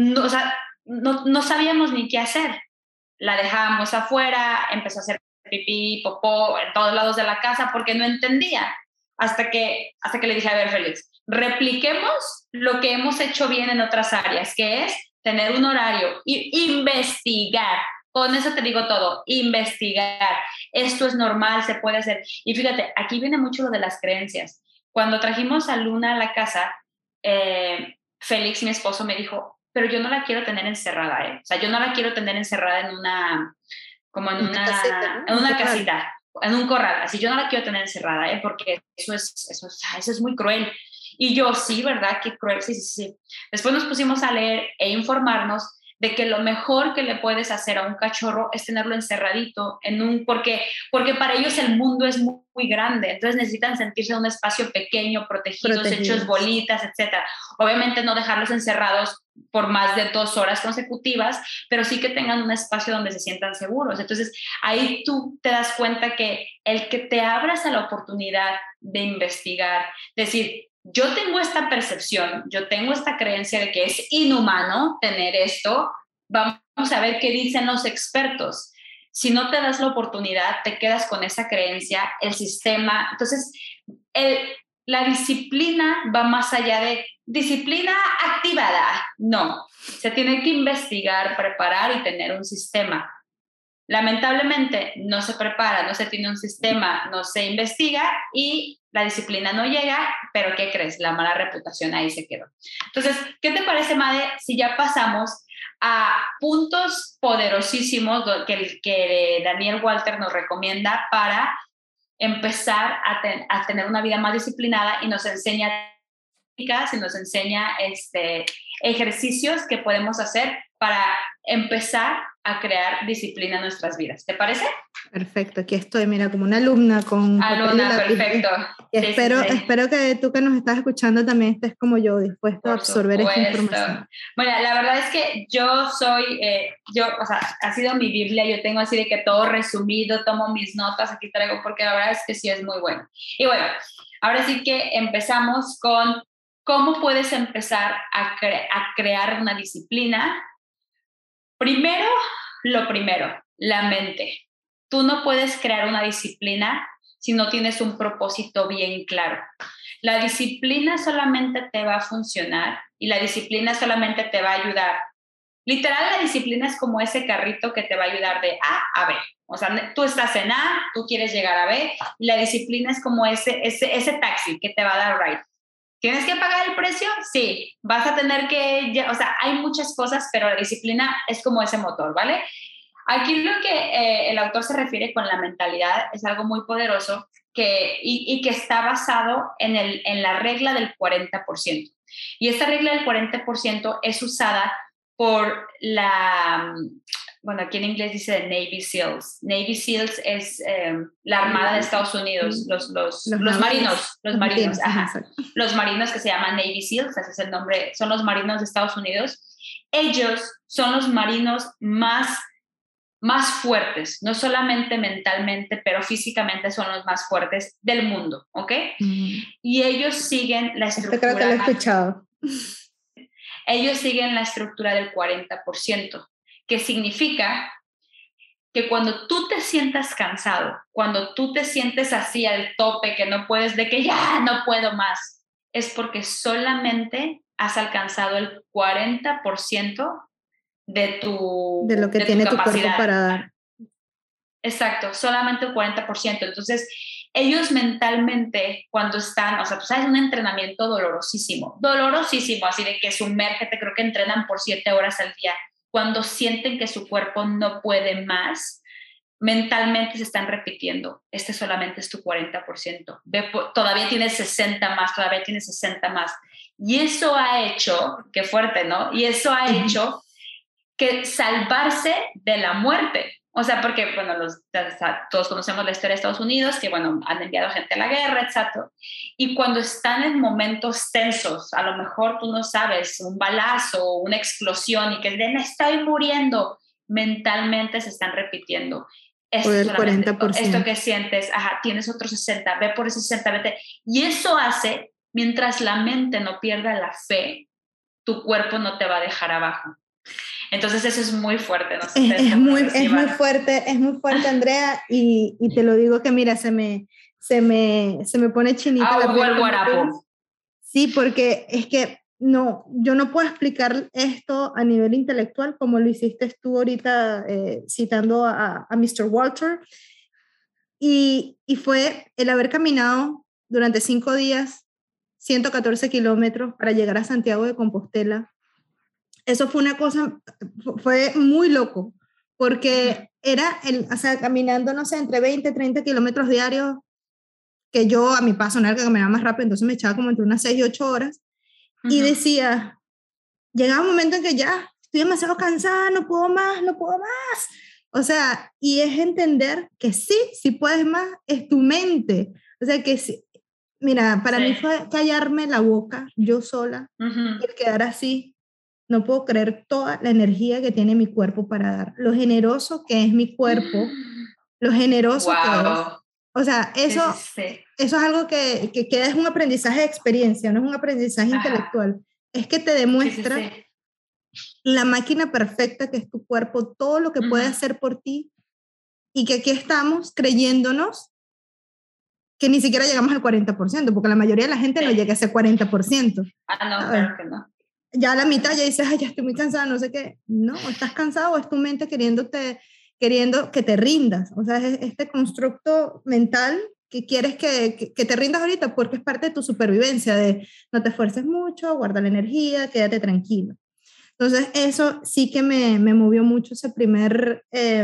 B: no sabíamos ni qué hacer. La dejábamos afuera, empezó a hacer pipí, popó en todos lados de la casa porque no entendía. Hasta que le dije, a ver, Félix, repliquemos lo que hemos hecho bien en otras áreas, que es tener un horario y investigar. Con eso te digo todo, investigar. Esto es normal, se puede hacer. Y fíjate, aquí viene mucho lo de las creencias. Cuando trajimos a Luna a la casa, Félix, mi esposo, me dijo, pero yo no la quiero tener encerrada, ¿eh? O sea, yo no la quiero tener encerrada en una casita, en un corral. Así yo no la quiero tener encerrada, ¿eh? Porque eso es muy cruel. Y yo, sí, ¿verdad? Qué cruel, sí. Después nos pusimos a leer e informarnos de que lo mejor que le puedes hacer a un cachorro es tenerlo encerradito porque para ellos el mundo es muy, muy grande, entonces necesitan sentirse en un espacio pequeño, protegidos, hechos bolitas, etc. Obviamente no dejarlos encerrados por más de 2 horas consecutivas, pero sí que tengan un espacio donde se sientan seguros. Entonces ahí tú te das cuenta que el que te abras a la oportunidad de investigar, decir, yo tengo esta percepción, yo tengo esta creencia de que es inhumano tener esto, vamos a ver qué dicen los expertos. Si no te das la oportunidad, te quedas con esa creencia, el sistema. Entonces, la disciplina va más allá de disciplina activada. No, se tiene que investigar, preparar y tener un sistema. Lamentablemente no se prepara, no se tiene un sistema, no se investiga y la disciplina no llega, pero ¿qué crees? La mala reputación ahí se quedó. Entonces, ¿qué te parece, Made, si ya pasamos a puntos poderosísimos que Daniel Walter nos recomienda para empezar a tener una vida más disciplinada y nos enseña técnicas y nos enseña ejercicios que podemos hacer para empezar a crear disciplina en nuestras vidas. ¿Te parece?
A: Perfecto, aquí estoy, mira, como una alumna con
B: alumna, perfecto.
A: Y espero que tú que nos estás escuchando también estés como yo, dispuesto a absorber esta información.
B: Bueno, la verdad es que yo soy, o sea, ha sido mi Biblia, yo tengo así de que todo resumido, tomo mis notas, aquí traigo, porque la verdad es que sí es muy bueno. Y bueno, ahora sí que empezamos con ¿cómo puedes empezar a crear una disciplina? Primero, la mente. Tú no puedes crear una disciplina si no tienes un propósito bien claro. La disciplina solamente te va a funcionar y la disciplina solamente te va a ayudar. Literal, la disciplina es como ese carrito que te va a ayudar de A a B. O sea, tú estás en A, tú quieres llegar a B, y la disciplina es como ese taxi que te va a dar ride. ¿Tienes que pagar el precio? Sí. Vas a tener que, o sea, hay muchas cosas, pero la disciplina es como ese motor, ¿vale? Aquí lo que el autor se refiere con la mentalidad es algo muy poderoso y que está basado en la regla del 40%. Y esta regla del 40% es usada por bueno, aquí en inglés dice Navy SEALs. Navy SEALs es la Armada de Estados Unidos, los marinos, ajá. Los marinos que se llaman Navy SEALs, ese es el nombre, son los marinos de Estados Unidos. Ellos son los marinos más fuertes, no solamente mentalmente, pero físicamente son los más fuertes del mundo, ¿ok? Y ellos siguen la estructura.
A: Creo que lo he escuchado.
B: Ellos siguen la estructura del 40%, que significa que cuando tú te sientas cansado, cuando tú te sientes así al tope, que no puedes, de que ya no puedo más, es porque solamente has alcanzado el 40% de
A: lo que tiene tu cuerpo para dar.
B: Exacto, solamente el 40%. Entonces, ellos mentalmente, cuando están, o sea, tú sabes, un entrenamiento dolorosísimo, así de que sumérgete, creo que entrenan por 7 horas al día. Cuando sienten que su cuerpo no puede más, mentalmente se están repitiendo, este solamente es tu 40%. Todavía tienes 60 más, todavía tienes 60 más. Y eso ha hecho, qué fuerte, ¿no? Y eso ha hecho que salvarse de la muerte. O sea, porque, bueno, todos conocemos la historia de Estados Unidos, que, bueno, han enviado gente a la guerra, exacto. Y cuando están en momentos tensos, a lo mejor tú no sabes, un balazo, una explosión, y que me estoy muriendo, mentalmente se están repitiendo.
A: Por el 40%.
B: Esto que sientes, tienes otro 60, ve por ese 60, vete. Y eso hace, mientras la mente no pierda la fe, tu cuerpo no te va a dejar abajo. Entonces eso es muy fuerte. No sé,
A: es muy fuerte, Andrea, y te lo digo que mira, se me pone chinita la piel.
B: El guarapo.
A: Sí, porque es que no, yo no puedo explicar esto a nivel intelectual como lo hiciste tú ahorita citando a Mr. Walter, y fue el haber caminado durante 5 días 114 kilómetros para llegar a Santiago de Compostela. Eso fue una cosa, fue muy loco, porque era, o sea, caminando, no sé, entre 20 y 30 kilómetros diarios, que yo a mi paso no era que caminaba más rápido, entonces me echaba como entre unas 6 y 8 horas, y decía, llegaba un momento en que ya estoy demasiado cansada, no puedo más, o sea, y es entender que sí puedes más, es tu mente, o sea, que sí. Mira, para mí fue callarme la boca, yo sola, el quedar así. No puedo creer toda la energía que tiene mi cuerpo para dar, lo generoso que es mi cuerpo, lo generoso que es. O sea, eso es algo que es un aprendizaje de experiencia, no es un aprendizaje intelectual. Es que te demuestra la máquina perfecta que es tu cuerpo, todo lo que puede hacer por ti, y que aquí estamos creyéndonos que ni siquiera llegamos al 40%, porque la mayoría de la gente no llega a ese 40%.
B: No, claro que no.
A: Ya a la mitad ya dices, ya estoy muy cansada, no sé qué. No, estás cansado o es tu mente queriendo que te rindas. O sea, es este constructo mental que quieres que te rindas ahorita porque es parte de tu supervivencia, de no te esfuerces mucho, guarda la energía, quédate tranquilo. Entonces, eso sí que me movió mucho ese primer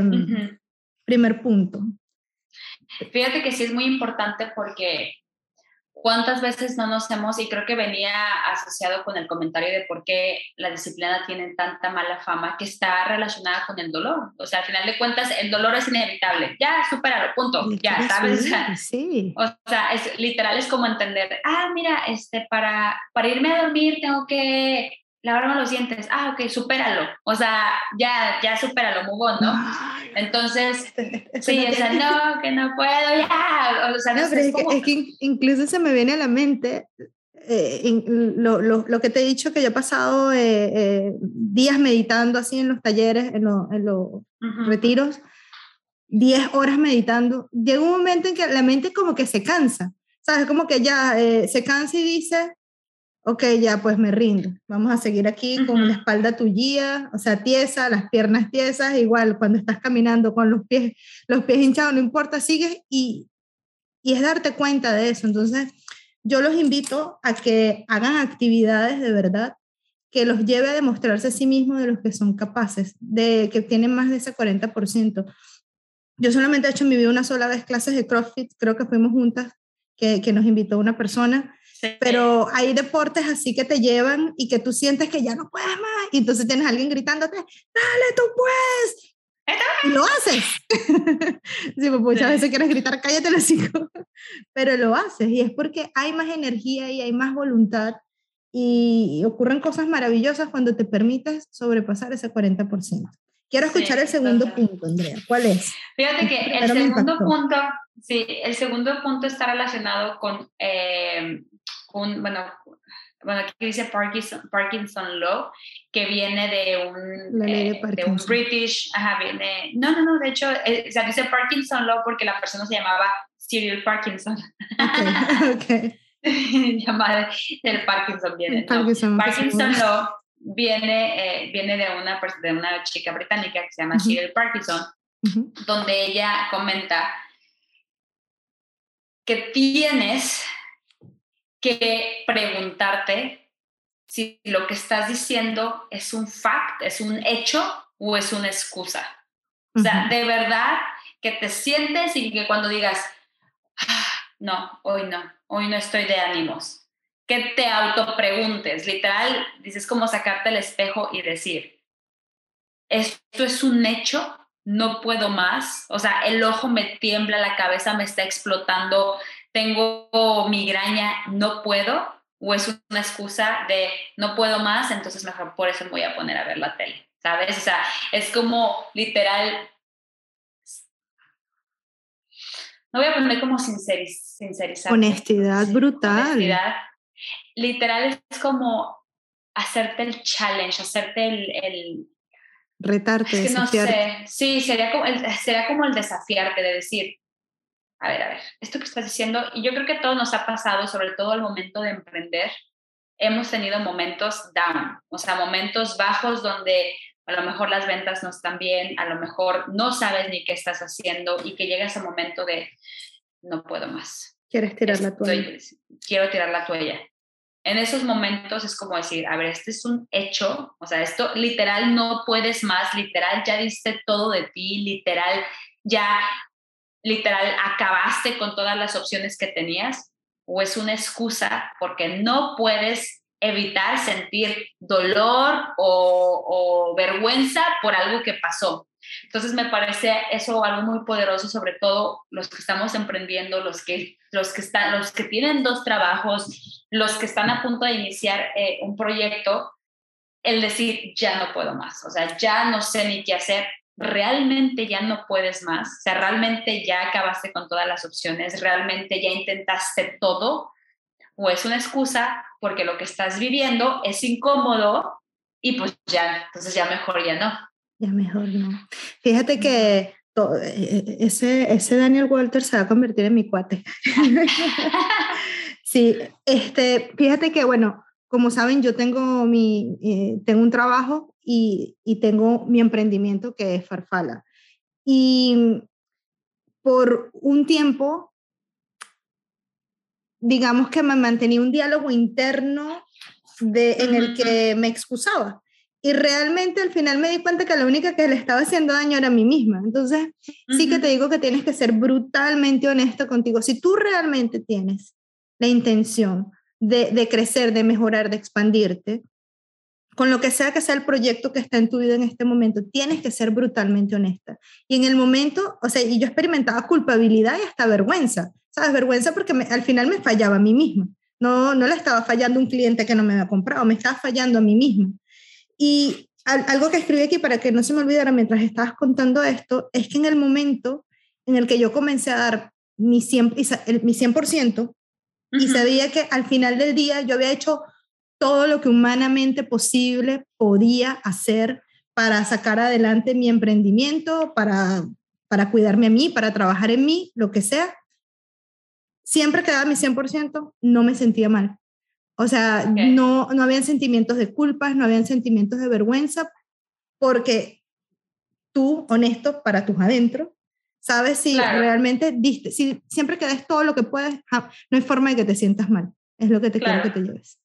A: punto.
B: Fíjate que sí es muy importante porque ¿cuántas veces no nos hemos, y creo que venía asociado con el comentario de por qué la disciplina tiene tanta mala fama, que está relacionada con el dolor? O sea, al final de cuentas, el dolor es inevitable. Ya, supéralo, punto. Ya, ¿sabes?
A: Sí.
B: O sea, literal es como entender, mira, para irme a dormir tengo que lavarme los dientes. Ok, supéralo. O sea, ya supéralo, move on, ¿no? Entonces, sí, o sea, no, que no puedo, ya. O sea,
A: no, pero es que incluso se me viene a la mente lo que te he dicho, que yo he pasado días meditando así en los talleres, en los retiros, 10 horas meditando, llega un momento en que la mente como que se cansa, ¿sabes? Como que ya se cansa y dice, ok, ya pues me rindo, vamos a seguir aquí con la espalda tullida, o sea, tiesa, las piernas tiesas, igual cuando estás caminando con los pies hinchados, no importa, sigues y es darte cuenta de eso. Entonces, yo los invito a que hagan actividades de verdad que los lleve a demostrarse a sí mismos de los que son capaces, de que tienen más de ese 40%. Yo solamente he hecho en mi vida una sola vez clases de CrossFit, creo que fuimos juntas, que nos invitó una persona, sí. Pero hay deportes así que te llevan y que tú sientes que ya no puedes más, y entonces tienes a alguien gritándote, dale, tú puedes, y lo haces. Sí, pues muchas veces quieres gritar, cállate los hocico, pero lo haces, y es porque hay más energía y hay más voluntad, y ocurren cosas maravillosas cuando te permites sobrepasar ese 40%. Quiero escuchar el segundo punto, Andrea. ¿Cuál es?
B: Fíjate que el segundo punto está relacionado con bueno, aquí dice Parkinson Law, que viene de un British, de hecho, o sea, dice Parkinson Law porque la persona se llamaba Cyril Parkinson.
A: Okay.
B: Llamada del Parkinson viene, Parkinson Law viene de una chica británica que se llama Cyril Parkinson, donde ella comenta que tienes que preguntarte si lo que estás diciendo es un fact, es un hecho o es una excusa. O sea, de verdad que te sientes y que cuando digas, no, hoy no estoy de ánimos, que te autopreguntes, literal, dices como sacarte el espejo y decir, esto es un hecho, no puedo más, o sea, el ojo me tiembla, la cabeza me está explotando, tengo migraña, no puedo, o es una excusa de no puedo más, entonces mejor por eso me voy a poner a ver la tele, ¿sabes? O sea, es como literal, no voy a poner como sincerizar.
A: Honestidad brutal.
B: Honestidad. Literal es como hacerte el challenge, hacerte el
A: retarte,
B: es que
A: desafiarte.
B: No sé, sí, sería como el desafiarte, de decir, a ver, esto que estás diciendo, y yo creo que todo nos ha pasado, sobre todo al momento de emprender, hemos tenido momentos down, o sea, momentos bajos donde a lo mejor las ventas no están bien, a lo mejor no sabes ni qué estás haciendo y que llega ese momento de no puedo más.
A: Quieres tirar la toalla.
B: Quiero tirar la toalla. En esos momentos es como decir, a ver, este es un hecho, o sea, esto literal no puedes más, literal ya diste todo de ti, literal acabaste con todas las opciones que tenías, o es una excusa porque no puedes evitar sentir dolor o vergüenza por algo que pasó. Entonces me parece eso algo muy poderoso, sobre todo los que estamos emprendiendo, los que tienen 2 trabajos, los que están a punto de iniciar un proyecto, el decir ya no puedo más, o sea, ya no sé ni qué hacer, realmente ya no puedes más, o sea, realmente ya acabaste con todas las opciones, realmente ya intentaste todo, o es una excusa porque lo que estás viviendo es incómodo y pues ya, entonces ya mejor ya no.
A: Ya mejor no. Fíjate que ese Daniel Walter se va a convertir en mi cuate. Sí, fíjate que, bueno, como saben, yo tengo un trabajo y tengo mi emprendimiento que es Farfala. Y por un tiempo, digamos que me mantenía un diálogo interno en el que me excusaba. Y realmente al final me di cuenta que la única que le estaba haciendo daño era a mí misma. Entonces, sí que te digo que tienes que ser brutalmente honesto contigo. Si tú realmente tienes la intención de crecer, de mejorar, de expandirte, con lo que sea el proyecto que está en tu vida en este momento, tienes que ser brutalmente honesta. Y en el momento, o sea, y yo experimentaba culpabilidad y hasta vergüenza, ¿sabes? Vergüenza porque al final me fallaba a mí misma. No le estaba fallando a un cliente que no me había comprado, me estaba fallando a mí misma. Y algo que escribí aquí para que no se me olvidara mientras estabas contando esto, es que en el momento en el que yo comencé a dar mi 100%, Y sabía que al final del día yo había hecho todo lo que humanamente posible podía hacer para sacar adelante mi emprendimiento, para cuidarme a mí, para trabajar en mí, lo que sea. Siempre que daba mi 100%, no me sentía mal. O sea, no habían sentimientos de culpas, no habían sentimientos de vergüenza, porque tú, honesto para tus adentros, sabes si realmente diste, si siempre que des todo lo que puedes, no hay forma de que te sientas mal. Es lo que te quiero que te lleves.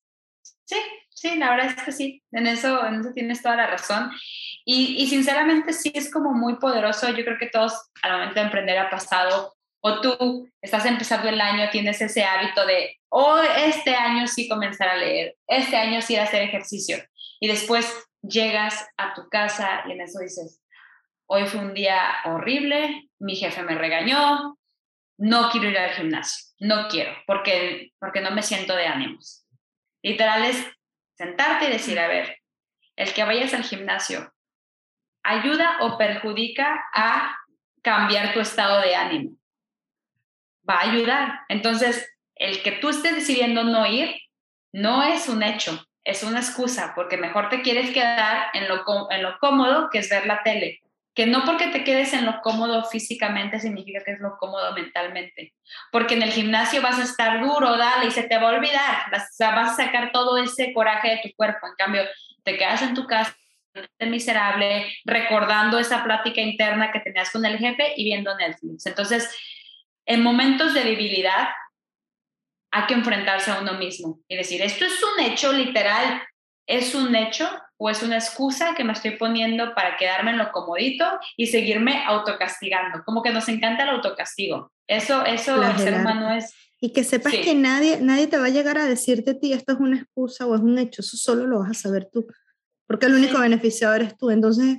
B: Sí, la verdad es que sí, en eso tienes toda la razón. Y sinceramente sí es como muy poderoso. Yo creo que todos al momento de emprender ha pasado, o tú estás empezando el año, tienes ese hábito de, este año sí comenzar a leer, este año sí ir a hacer ejercicio. Y después llegas a tu casa y en eso dices, hoy fue un día horrible, mi jefe me regañó, no quiero ir al gimnasio, no quiero, porque no me siento de ánimos. Literal es sentarte y decir, a ver, el que vayas al gimnasio, ¿ayuda o perjudica a cambiar tu estado de ánimo? Va a ayudar. Entonces, el que tú estés decidiendo no ir, no es un hecho, es una excusa, porque mejor te quieres quedar en lo cómodo, que es ver la tele. Que no porque te quedes en lo cómodo físicamente significa que es lo cómodo mentalmente. Porque en el gimnasio vas a estar duro, dale, y se te va a olvidar. Vas a sacar todo ese coraje de tu cuerpo. En cambio, te quedas en tu casa miserable, recordando esa plática interna que tenías con el jefe y viendo Netflix. Entonces, en momentos de debilidad, hay que enfrentarse a uno mismo y decir, ¿esto es un hecho literal? ¿Es un hecho o es una excusa que me estoy poniendo para quedarme en lo comodito y seguirme autocastigando? Como que nos encanta el autocastigo. Eso el ser humano es...
A: Y que sepas que nadie te va a llegar a decirte a ti, esto es una excusa o es un hecho, eso solo lo vas a saber tú, porque el único beneficiado eres tú. Entonces,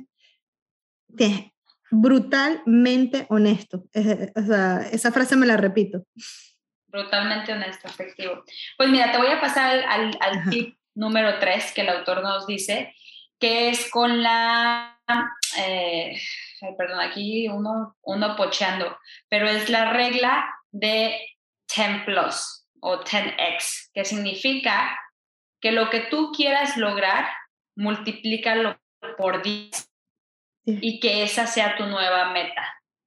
A: tienes brutalmente honesto. O sea, esa frase me la repito.
B: Brutalmente honesto, efectivo. Pues mira, te voy a pasar al tip número 3 que el autor nos dice, que es con la... perdón, aquí uno pocheando, pero es la regla de 10 plus o 10x, que significa que lo que tú quieras lograr, multiplícalo por 10 y que esa sea tu nueva meta.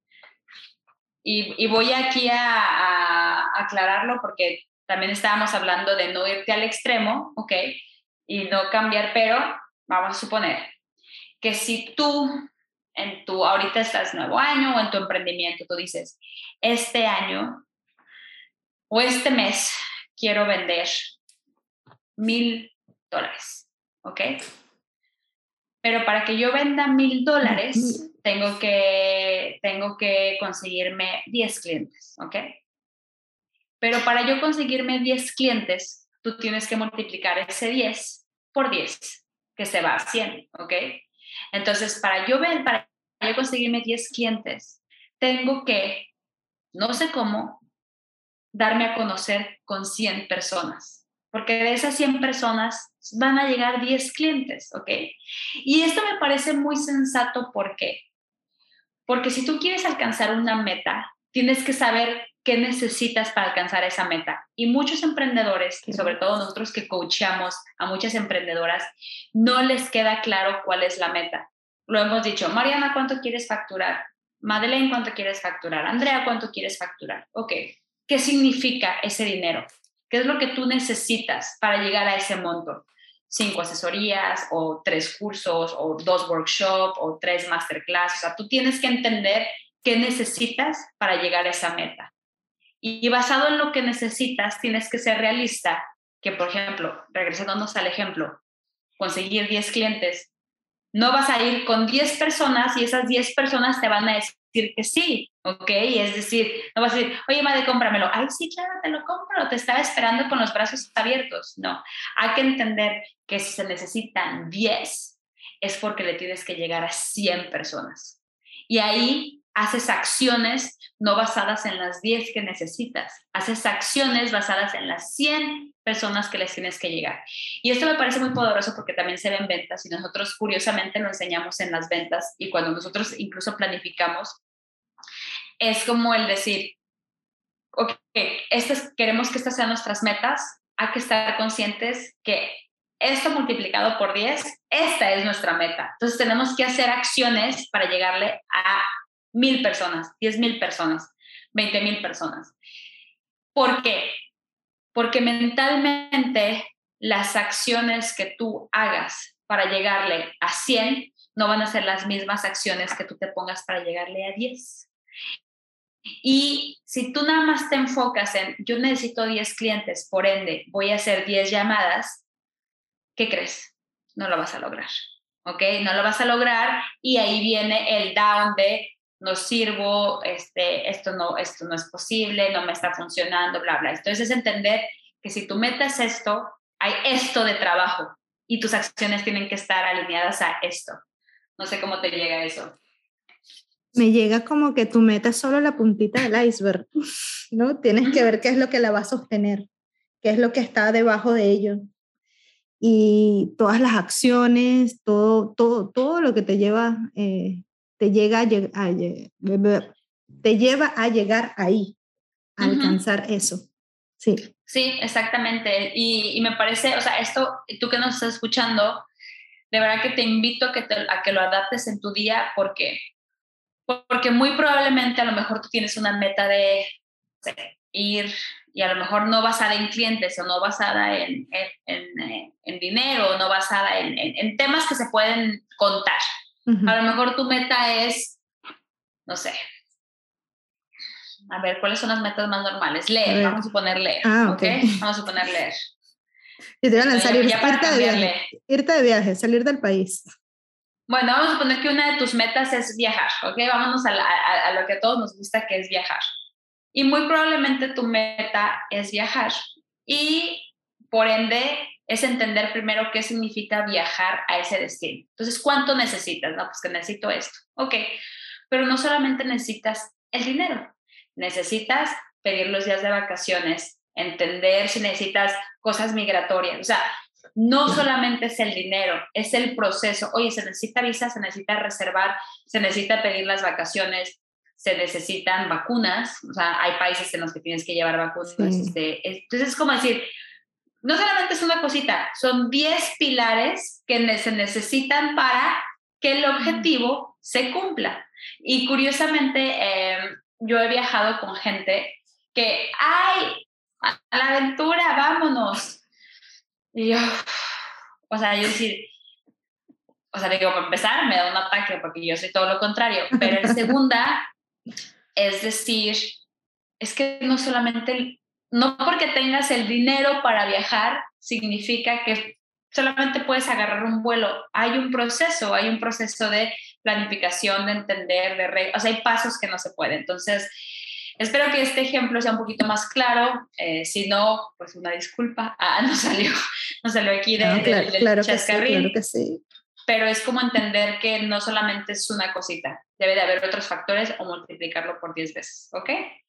B: Y voy aquí a aclararlo porque también estábamos hablando de no irte al extremo, ¿ok? Y no cambiar, pero vamos a suponer que si tú ahorita estás nuevo año o en tu emprendimiento, tú dices, este año o este mes quiero vender $1,000, ¿ok? Pero para que yo venda $1,000, tengo que conseguirme 10 clientes, ¿ok? Pero para yo conseguirme 10 clientes, tú tienes que multiplicar ese 10 por 10, que se va a 100, ¿ok? Entonces, para yo conseguirme 10 clientes, tengo que, no sé cómo, darme a conocer con 100 personas. Porque de esas 100 personas van a llegar 10 clientes, ¿ok? Y esto me parece muy sensato, ¿por qué? Porque si tú quieres alcanzar una meta, tienes que saber qué necesitas para alcanzar esa meta. Y muchos emprendedores, y sobre todo nosotros que coacheamos a muchas emprendedoras, no les queda claro cuál es la meta. Lo hemos dicho, Mariana, ¿cuánto quieres facturar? Madeleine, ¿cuánto quieres facturar? Andrea, ¿cuánto quieres facturar? Ok, ¿qué significa ese dinero? ¿Qué es lo que tú necesitas para llegar a ese monto? 5 asesorías o 3 cursos o 2 workshops o 3 masterclass. O sea, tú tienes que entender qué necesitas para llegar a esa meta. Y basado en lo que necesitas, tienes que ser realista, que por ejemplo, regresándonos al ejemplo, conseguir 10 clientes, no vas a ir con 10 personas y esas 10 personas te van a decir que sí, ¿ok? Es decir, no vas a decir, oye, madre, cómpramelo. Ay, sí, claro, te lo compro, te estaba esperando con los brazos abiertos. No, hay que entender que si se necesitan 10, es porque le tienes que llegar a 100 personas. Y ahí haces acciones no basadas en las 10 que necesitas, haces acciones basadas en las 100 personas que les tienes que llegar. Y esto me parece muy poderoso porque también se ve en ventas y nosotros curiosamente lo enseñamos en las ventas y cuando nosotros incluso planificamos, es como el decir, ok, queremos que estas sean nuestras metas, hay que estar conscientes que esto multiplicado por 10, esta es nuestra meta. Entonces tenemos que hacer acciones para llegarle a 1,000 personas, 10,000 personas, 20,000 personas. ¿Por qué? Porque mentalmente las acciones que tú hagas para llegarle a 100 no van a ser las mismas acciones que tú te pongas para llegarle a 10. Y si tú nada más te enfocas en, yo necesito 10 clientes, por ende voy a hacer 10 llamadas, ¿qué crees? No lo vas a lograr, ¿ok? No lo vas a lograr y ahí viene el down de no sirvo, esto no es posible, no me está funcionando, bla, bla. Entonces es entender que si tú metes esto, hay esto de trabajo y tus acciones tienen que estar alineadas a esto. No sé cómo te llega eso.
A: Me llega como que tu meta es solo la puntita del iceberg, ¿no? Tienes que ver qué es lo que la va a sostener, qué es lo que está debajo de ello. Y todas las acciones, todo lo que te lleva, te lleva a llegar ahí, a alcanzar eso. Sí.
B: Sí, exactamente. Y me parece, o sea, esto, tú que nos estás escuchando, de verdad que te invito a que lo adaptes en tu día porque muy probablemente a lo mejor tú tienes una meta de ir y a lo mejor no basada en clientes o no basada en dinero, o no basada en temas que se pueden contar. Uh-huh. A lo mejor tu meta es, no sé, a ver, ¿cuáles son las metas más normales? Leer, vamos a poner leer, okay. ¿Ok? Vamos a poner leer.
A: Y te iba a lanzar irte de viaje, salir del país.
B: Bueno, vamos a poner que una de tus metas es viajar, ¿ok? Vámonos a lo que a todos nos gusta, que es viajar. Y muy probablemente tu meta es viajar. Y por ende es entender primero qué significa viajar a ese destino. Entonces, ¿cuánto necesitas? No, pues que necesito esto. Ok, pero no solamente necesitas el dinero. Necesitas pedir los días de vacaciones, entender si necesitas cosas migratorias. O sea, no solamente es el dinero, es el proceso. Oye, se necesita visa, se necesita reservar, se necesita pedir las vacaciones, se necesitan vacunas. O sea, hay países en los que tienes que llevar vacunas. Sí. Entonces es como decir, no solamente es una cosita, son 10 pilares que se necesitan para que el objetivo se cumpla. Y curiosamente, yo he viajado con gente que, ¡ay! A la aventura, vámonos. Y yo, o sea, digo, para empezar, me da un ataque porque yo soy todo lo contrario. Pero en segunda, es decir, es que no solamente, no porque tengas el dinero para viajar, significa que solamente puedes agarrar un vuelo. Hay un proceso de planificación, de entender, o sea, hay pasos que no se pueden. Entonces, espero que este ejemplo sea un poquito más claro. Si no, pues una disculpa. No salió aquí del chascarrín.
A: Claro que sí.
B: Pero es como entender que no solamente es una cosita. Debe de haber otros factores o multiplicarlo por 10 veces. ¿Ok?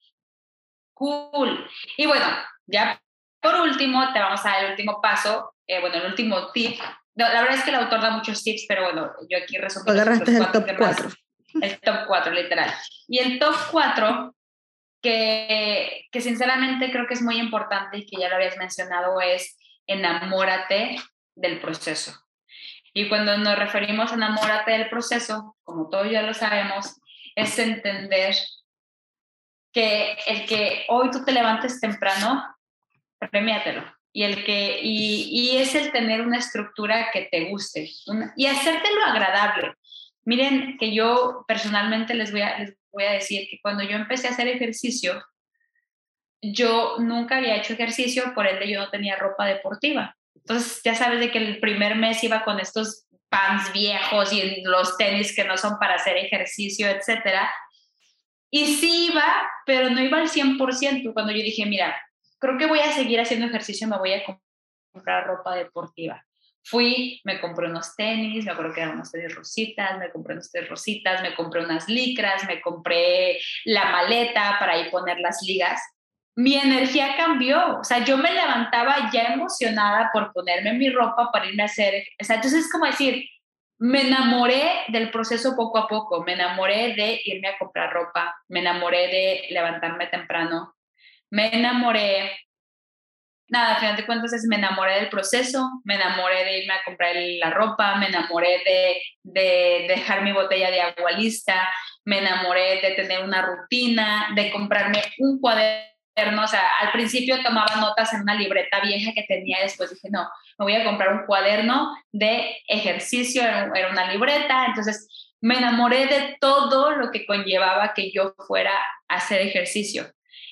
B: Cool. Y bueno, ya por último, te vamos a dar el último paso. El último tip. No, la verdad es que el autor da muchos tips, pero bueno, yo aquí resumo
A: los 4 el top 4.
B: El top 4, literal. Y el top 4, que sinceramente creo que es muy importante y que ya lo habías mencionado, es enamórate del proceso. Y cuando nos referimos a enamórate del proceso, como todos ya lo sabemos, es entender que el que hoy tú te levantes temprano, premiátelo. Y es el tener una estructura que te guste y hacértelo agradable. Miren que yo personalmente les voy a decir que cuando yo empecé a hacer ejercicio, yo nunca había hecho ejercicio, por ende yo no tenía ropa deportiva. Entonces ya sabes de que el primer mes iba con estos pants viejos y los tenis que no son para hacer ejercicio, etcétera. Y sí iba, pero no iba al 100%. Cuando yo dije, mira, creo que voy a seguir haciendo ejercicio, me voy a comprar ropa deportiva. Fui, me compré unos tenis, me acuerdo que eran unos tenis rositas, me compré unas licras, me compré la maleta para ahí poner las ligas. Mi energía cambió, o sea, yo me levantaba ya emocionada por ponerme mi ropa para irme a hacer, o sea, entonces es como decir, me enamoré del proceso poco a poco, me enamoré de irme a comprar ropa, me enamoré de levantarme temprano, me enamoré. Nada, al final de cuentas me enamoré del proceso, me enamoré de irme a comprar la ropa, me enamoré de dejar mi botella de agua lista, me enamoré de tener una rutina, de comprarme un cuaderno. O sea, al principio tomaba notas en una libreta vieja que tenía, después dije, no, me voy a comprar un cuaderno de ejercicio, era una libreta. Entonces me enamoré de todo lo que conllevaba que yo fuera a hacer ejercicio.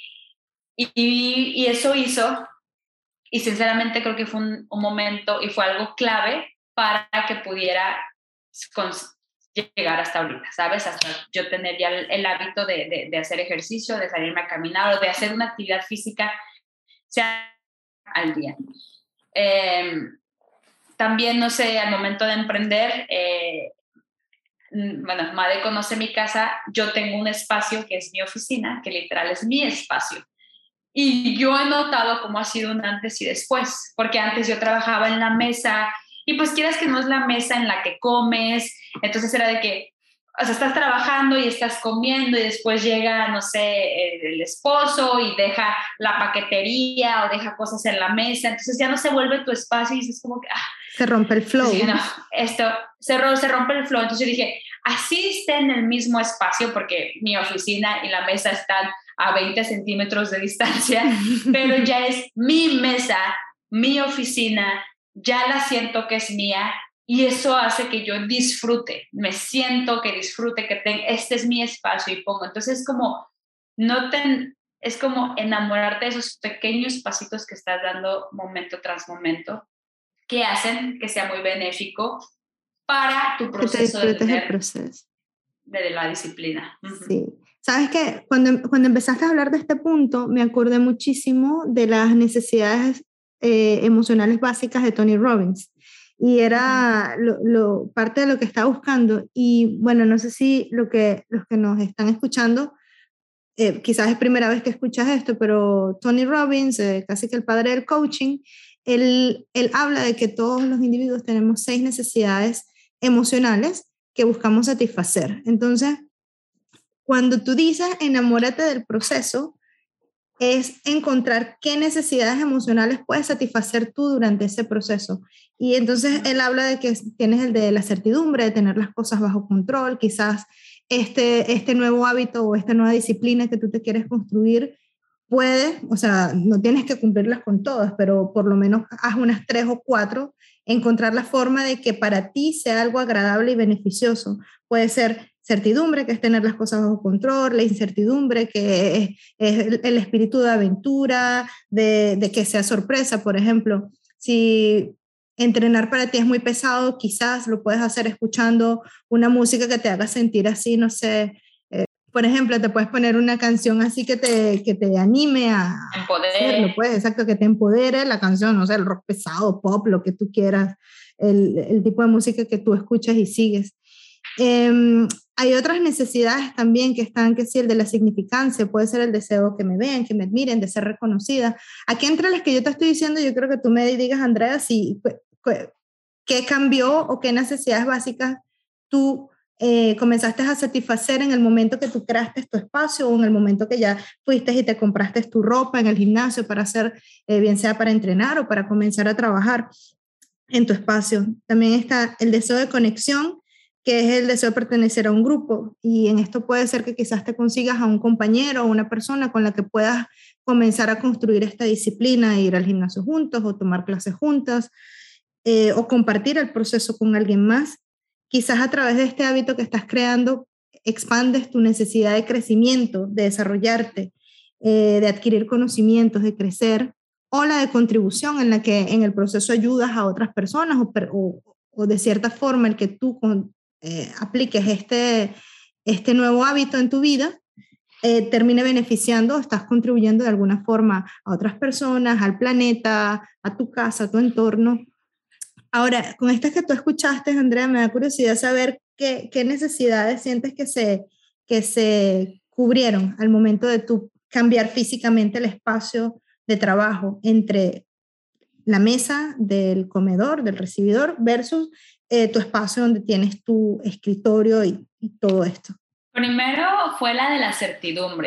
B: Y eso hizo. Y sinceramente creo que fue un momento y fue algo clave para que pudiera llegar hasta ahorita, ¿sabes? Hasta yo tener ya el hábito de hacer ejercicio, de salirme a caminar o de hacer una actividad física, sea al día. También, no sé, al momento de emprender, bueno, Made conoce mi casa, yo tengo un espacio que es mi oficina, que literal es mi espacio. Y yo he notado cómo ha sido un antes y después, porque antes yo trabajaba en la mesa y pues quieras que no es la mesa en la que comes, entonces era de que, o sea, estás trabajando y estás comiendo y después llega, no sé, el esposo y deja la paquetería o deja cosas en la mesa, entonces ya no se vuelve tu espacio y dices como que...
A: se rompe el flow.
B: Dije, no, esto se rompe el flow, entonces yo dije, así esté en el mismo espacio, porque mi oficina y la mesa están a 20 centímetros de distancia, pero ya es mi mesa, mi oficina, ya la siento que es mía y eso hace que yo disfrute, me siento que disfrute, que este es mi espacio y pongo. Entonces es como enamorarte de esos pequeños pasitos que estás dando momento tras momento, que hacen que sea muy benéfico para tu proceso
A: que te disfrutes el proceso.
B: De la disciplina.
A: Sí. Sabes que cuando empezaste a hablar de este punto, me acordé muchísimo de las necesidades emocionales básicas de Tony Robbins. Y era parte de lo que estaba buscando. Y bueno, no sé si los que nos están escuchando, quizás es primera vez que escuchas esto, pero Tony Robbins, casi que el padre del coaching, él habla de que todos los individuos tenemos 6 necesidades emocionales que buscamos satisfacer. Entonces, cuando tú dices enamórate del proceso, es encontrar qué necesidades emocionales puedes satisfacer tú durante ese proceso. Y entonces él habla de que tienes el de la certidumbre, de tener las cosas bajo control, quizás este nuevo hábito o esta nueva disciplina que tú te quieres construir puede, o sea, no tienes que cumplirlas con todas, pero por lo menos haz unas 3 o 4, encontrar la forma de que para ti sea algo agradable y beneficioso. Puede ser certidumbre, que es tener las cosas bajo control, la incertidumbre, que es el espíritu de aventura, de que sea sorpresa, por ejemplo. Si entrenar para ti es muy pesado, quizás lo puedes hacer escuchando una música que te haga sentir así, no sé. Por ejemplo, te puedes poner una canción así que te anime a hacerlo, pues, exacto, que te empodere la canción, no sé, el rock pesado, pop, lo que tú quieras, el tipo de música que tú escuchas y sigues. Hay otras necesidades también que están, que sí, el de la significancia, puede ser el deseo que me vean, que me admiren, de ser reconocida. Aquí entre las que yo te estoy diciendo, yo creo que tú me digas, Andrea, si, qué cambió o qué necesidades básicas tú comenzaste a satisfacer en el momento que tú creaste tu espacio o en el momento que ya fuiste y te compraste tu ropa en el gimnasio para hacer, bien sea para entrenar o para comenzar a trabajar en tu espacio. También está el deseo de conexión, que es el deseo de pertenecer a un grupo, y en esto puede ser que quizás te consigas a un compañero o una persona con la que puedas comenzar a construir esta disciplina, ir al gimnasio juntos o tomar clases juntas, o compartir el proceso con alguien más. Quizás a través de este hábito que estás creando expandes tu necesidad de crecimiento, de desarrollarte, de adquirir conocimientos, de crecer, o la de contribución en la que en el proceso ayudas a otras personas o de cierta forma el que tú apliques este nuevo hábito en tu vida, termine beneficiando, estás contribuyendo de alguna forma a otras personas, al planeta, a tu casa, a tu entorno. Ahora, con estas que tú escuchaste, Andrea, me da curiosidad saber qué necesidades sientes que se cubrieron al momento de tú cambiar físicamente el espacio de trabajo entre la mesa del comedor, del recibidor, versus tu espacio donde tienes tu escritorio y todo esto.
B: Primero fue la de la certidumbre.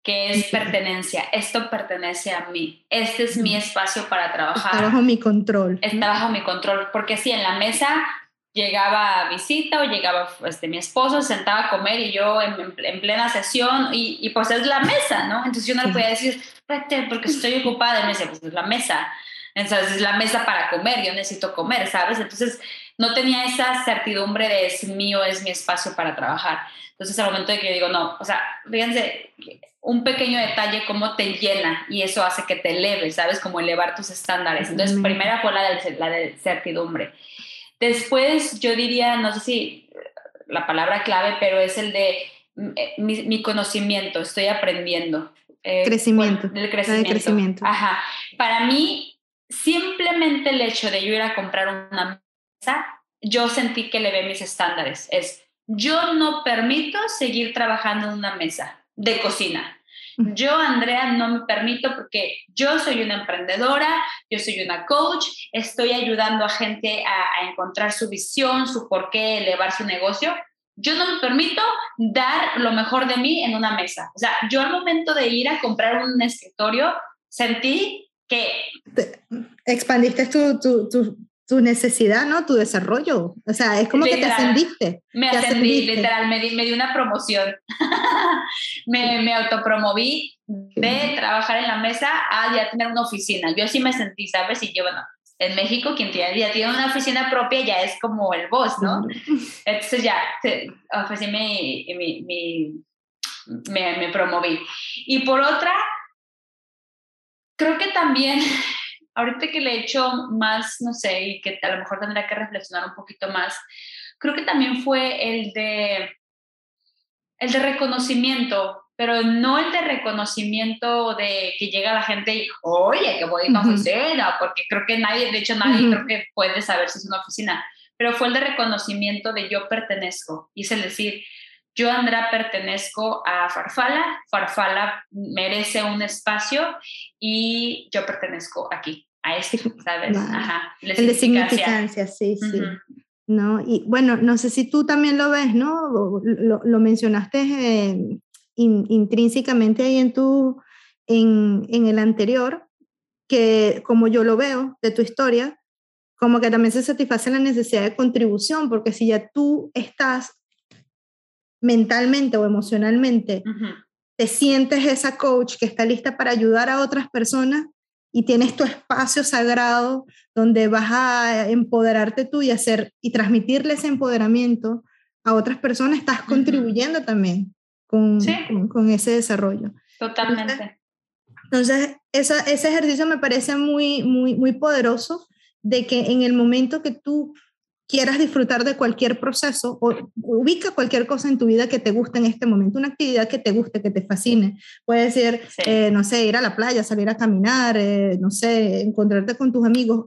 B: que es pertenencia. Esto pertenece a mí. Este es mi espacio para trabajar.
A: Está bajo mi control.
B: Está bajo mi control, porque si en la mesa llegaba visita o llegaba mi esposo, se sentaba a comer y yo en plena sesión y pues es la mesa, ¿no? Entonces yo no le podía decir, vete porque estoy ocupada. Y me decía, pues es la mesa. Entonces es la mesa para comer, yo necesito comer, ¿sabes? Entonces no tenía esa certidumbre de es mío, es mi espacio para trabajar. Entonces al momento de que yo digo, no, o sea, fíjense, un pequeño detalle cómo te llena y eso hace que te eleves, ¿sabes? Como elevar tus estándares. Entonces primera fue la de certidumbre. Después yo diría, no sé si la palabra clave, pero es el de mi conocimiento, estoy aprendiendo.
A: Crecimiento.
B: El crecimiento. Ajá. Para mí, simplemente el hecho de yo ir a comprar una mesa, yo sentí que elevé mis estándares. Yo no permito seguir trabajando en una mesa de cocina. Yo, Andrea, no me permito porque yo soy una emprendedora, yo soy una coach, estoy ayudando a gente a encontrar su visión, su por qué elevar su negocio. Yo no me permito dar lo mejor de mí en una mesa. O sea, yo al momento de ir a comprar un escritorio sentí que...
A: Expandiste tu necesidad, ¿no? Tu desarrollo. O sea, es como literal, que te ascendiste.
B: Me ascendí, literal, me di una promoción. me autopromoví de trabajar en la mesa a ya tener una oficina. Yo sí me sentí, ¿sabes? Y yo, bueno, en México quien ya tiene una oficina propia ya es como el boss, ¿no? Entonces ya ofrecí me promoví. Y por otra, creo que también... Ahorita que le he hecho más, no sé, y que a lo mejor tendría que reflexionar un poquito más, creo que también fue el de reconocimiento, pero no el de reconocimiento de que llega la gente y, oye, qué bonita oficina, porque creo que nadie creo que puede saber si es una oficina, pero fue el de reconocimiento de yo pertenezco, y es el decir, yo, Andrea, pertenezco a Farfala merece un espacio y yo pertenezco aquí, a esto, ¿sabes?
A: Vale. Ajá. El de significancia, sí, sí. ¿No? Y bueno, no sé si tú también lo ves, ¿no? Lo mencionaste intrínsecamente ahí en el anterior, que como yo lo veo de tu historia, como que también se satisface la necesidad de contribución, porque si ya tú estás mentalmente o emocionalmente, te sientes esa coach que está lista para ayudar a otras personas y tienes tu espacio sagrado donde vas a empoderarte tú y transmitirle ese empoderamiento a otras personas, estás contribuyendo también con ese desarrollo.
B: Totalmente.
A: Entonces ese ejercicio me parece muy, muy, muy poderoso, de que en el momento que tú quieras disfrutar de cualquier proceso o ubica cualquier cosa en tu vida que te guste en este momento, una actividad que te guste, que te fascine. Puede ser, no sé, ir a la playa, salir a caminar, no sé, encontrarte con tus amigos.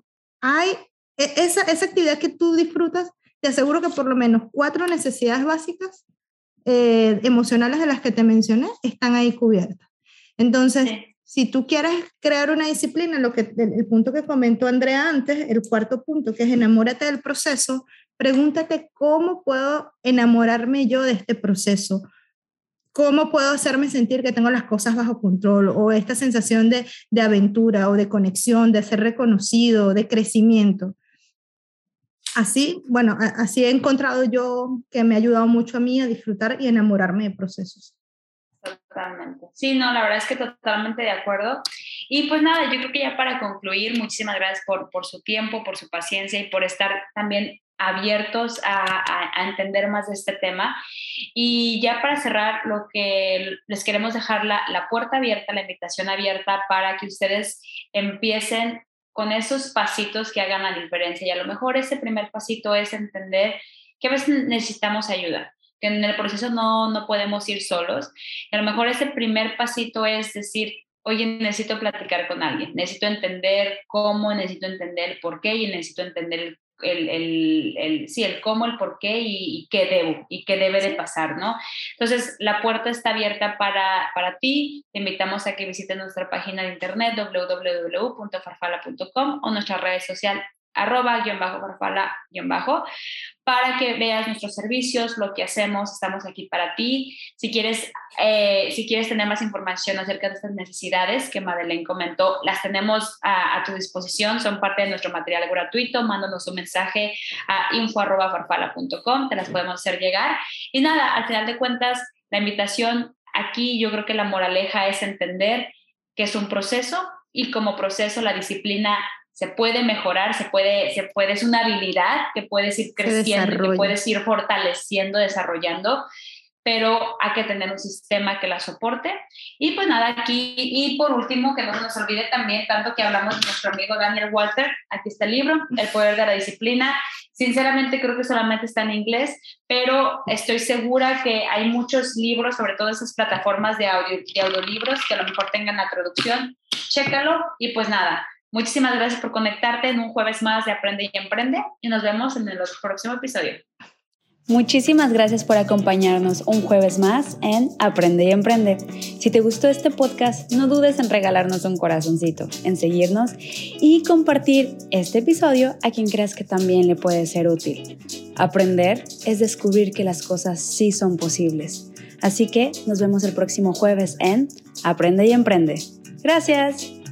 A: Esa actividad que tú disfrutas, te aseguro que por lo menos 4 necesidades básicas emocionales de las que te mencioné están ahí cubiertas. Entonces, si tú quieres crear una disciplina, el punto que comentó Andrea antes, el cuarto punto, que es enamórate del proceso, pregúntate cómo puedo enamorarme yo de este proceso, cómo puedo hacerme sentir que tengo las cosas bajo control, o esta sensación de aventura o de conexión, de ser reconocido, de crecimiento. Así, bueno, así he encontrado yo que me ha ayudado mucho a mí a disfrutar y enamorarme de procesos.
B: Totalmente. Sí, no, la verdad es que totalmente de acuerdo. Y pues nada, yo creo que ya para concluir, muchísimas gracias por su tiempo, por su paciencia y por estar también abiertos a entender más de este tema. Y ya para cerrar, lo que les queremos dejar la puerta abierta, la invitación abierta para que ustedes empiecen con esos pasitos que hagan la diferencia. Y a lo mejor ese primer pasito es entender que a veces necesitamos ayuda, que en el proceso no podemos ir solos. Y a lo mejor ese primer pasito es decir, oye, necesito platicar con alguien, necesito entender cómo, necesito entender el por qué y necesito entender el cómo, el por qué y qué debo y qué debe de pasar, ¿no? Entonces, la puerta está abierta para ti. Te invitamos a que visites nuestra página de internet www.farfala.com o nuestras redes sociales @farfala_ para que veas nuestros servicios, lo que hacemos. Estamos aquí para ti. Si quieres tener más información acerca de estas necesidades que Madeleine comentó, las tenemos a tu disposición, son parte de nuestro material gratuito. Mándanos un mensaje a info@farfala.com, te las podemos hacer llegar. Y nada, al final de cuentas, la invitación aquí, yo creo que la moraleja es entender que es un proceso, y como proceso la disciplina se puede mejorar, es una habilidad que puedes ir creciendo, que puedes ir fortaleciendo, desarrollando, pero hay que tener un sistema que la soporte. Y pues nada, aquí, y por último, que no se nos olvide también, tanto que hablamos de nuestro amigo Daniel Walter, aquí está el libro, El poder de la disciplina. Sinceramente creo que solamente está en inglés, pero estoy segura que hay muchos libros, sobre todo esas plataformas de audiolibros, que a lo mejor tengan la traducción. Chécalo, y pues nada, muchísimas gracias por conectarte en un jueves más de Aprende y Emprende, y nos vemos en el próximo episodio.
C: Muchísimas gracias por acompañarnos un jueves más en Aprende y Emprende. Si te gustó este podcast, no dudes en regalarnos un corazoncito, en seguirnos y compartir este episodio a quien creas que también le puede ser útil. Aprender es descubrir que las cosas sí son posibles. Así que nos vemos el próximo jueves en Aprende y Emprende. ¡Gracias!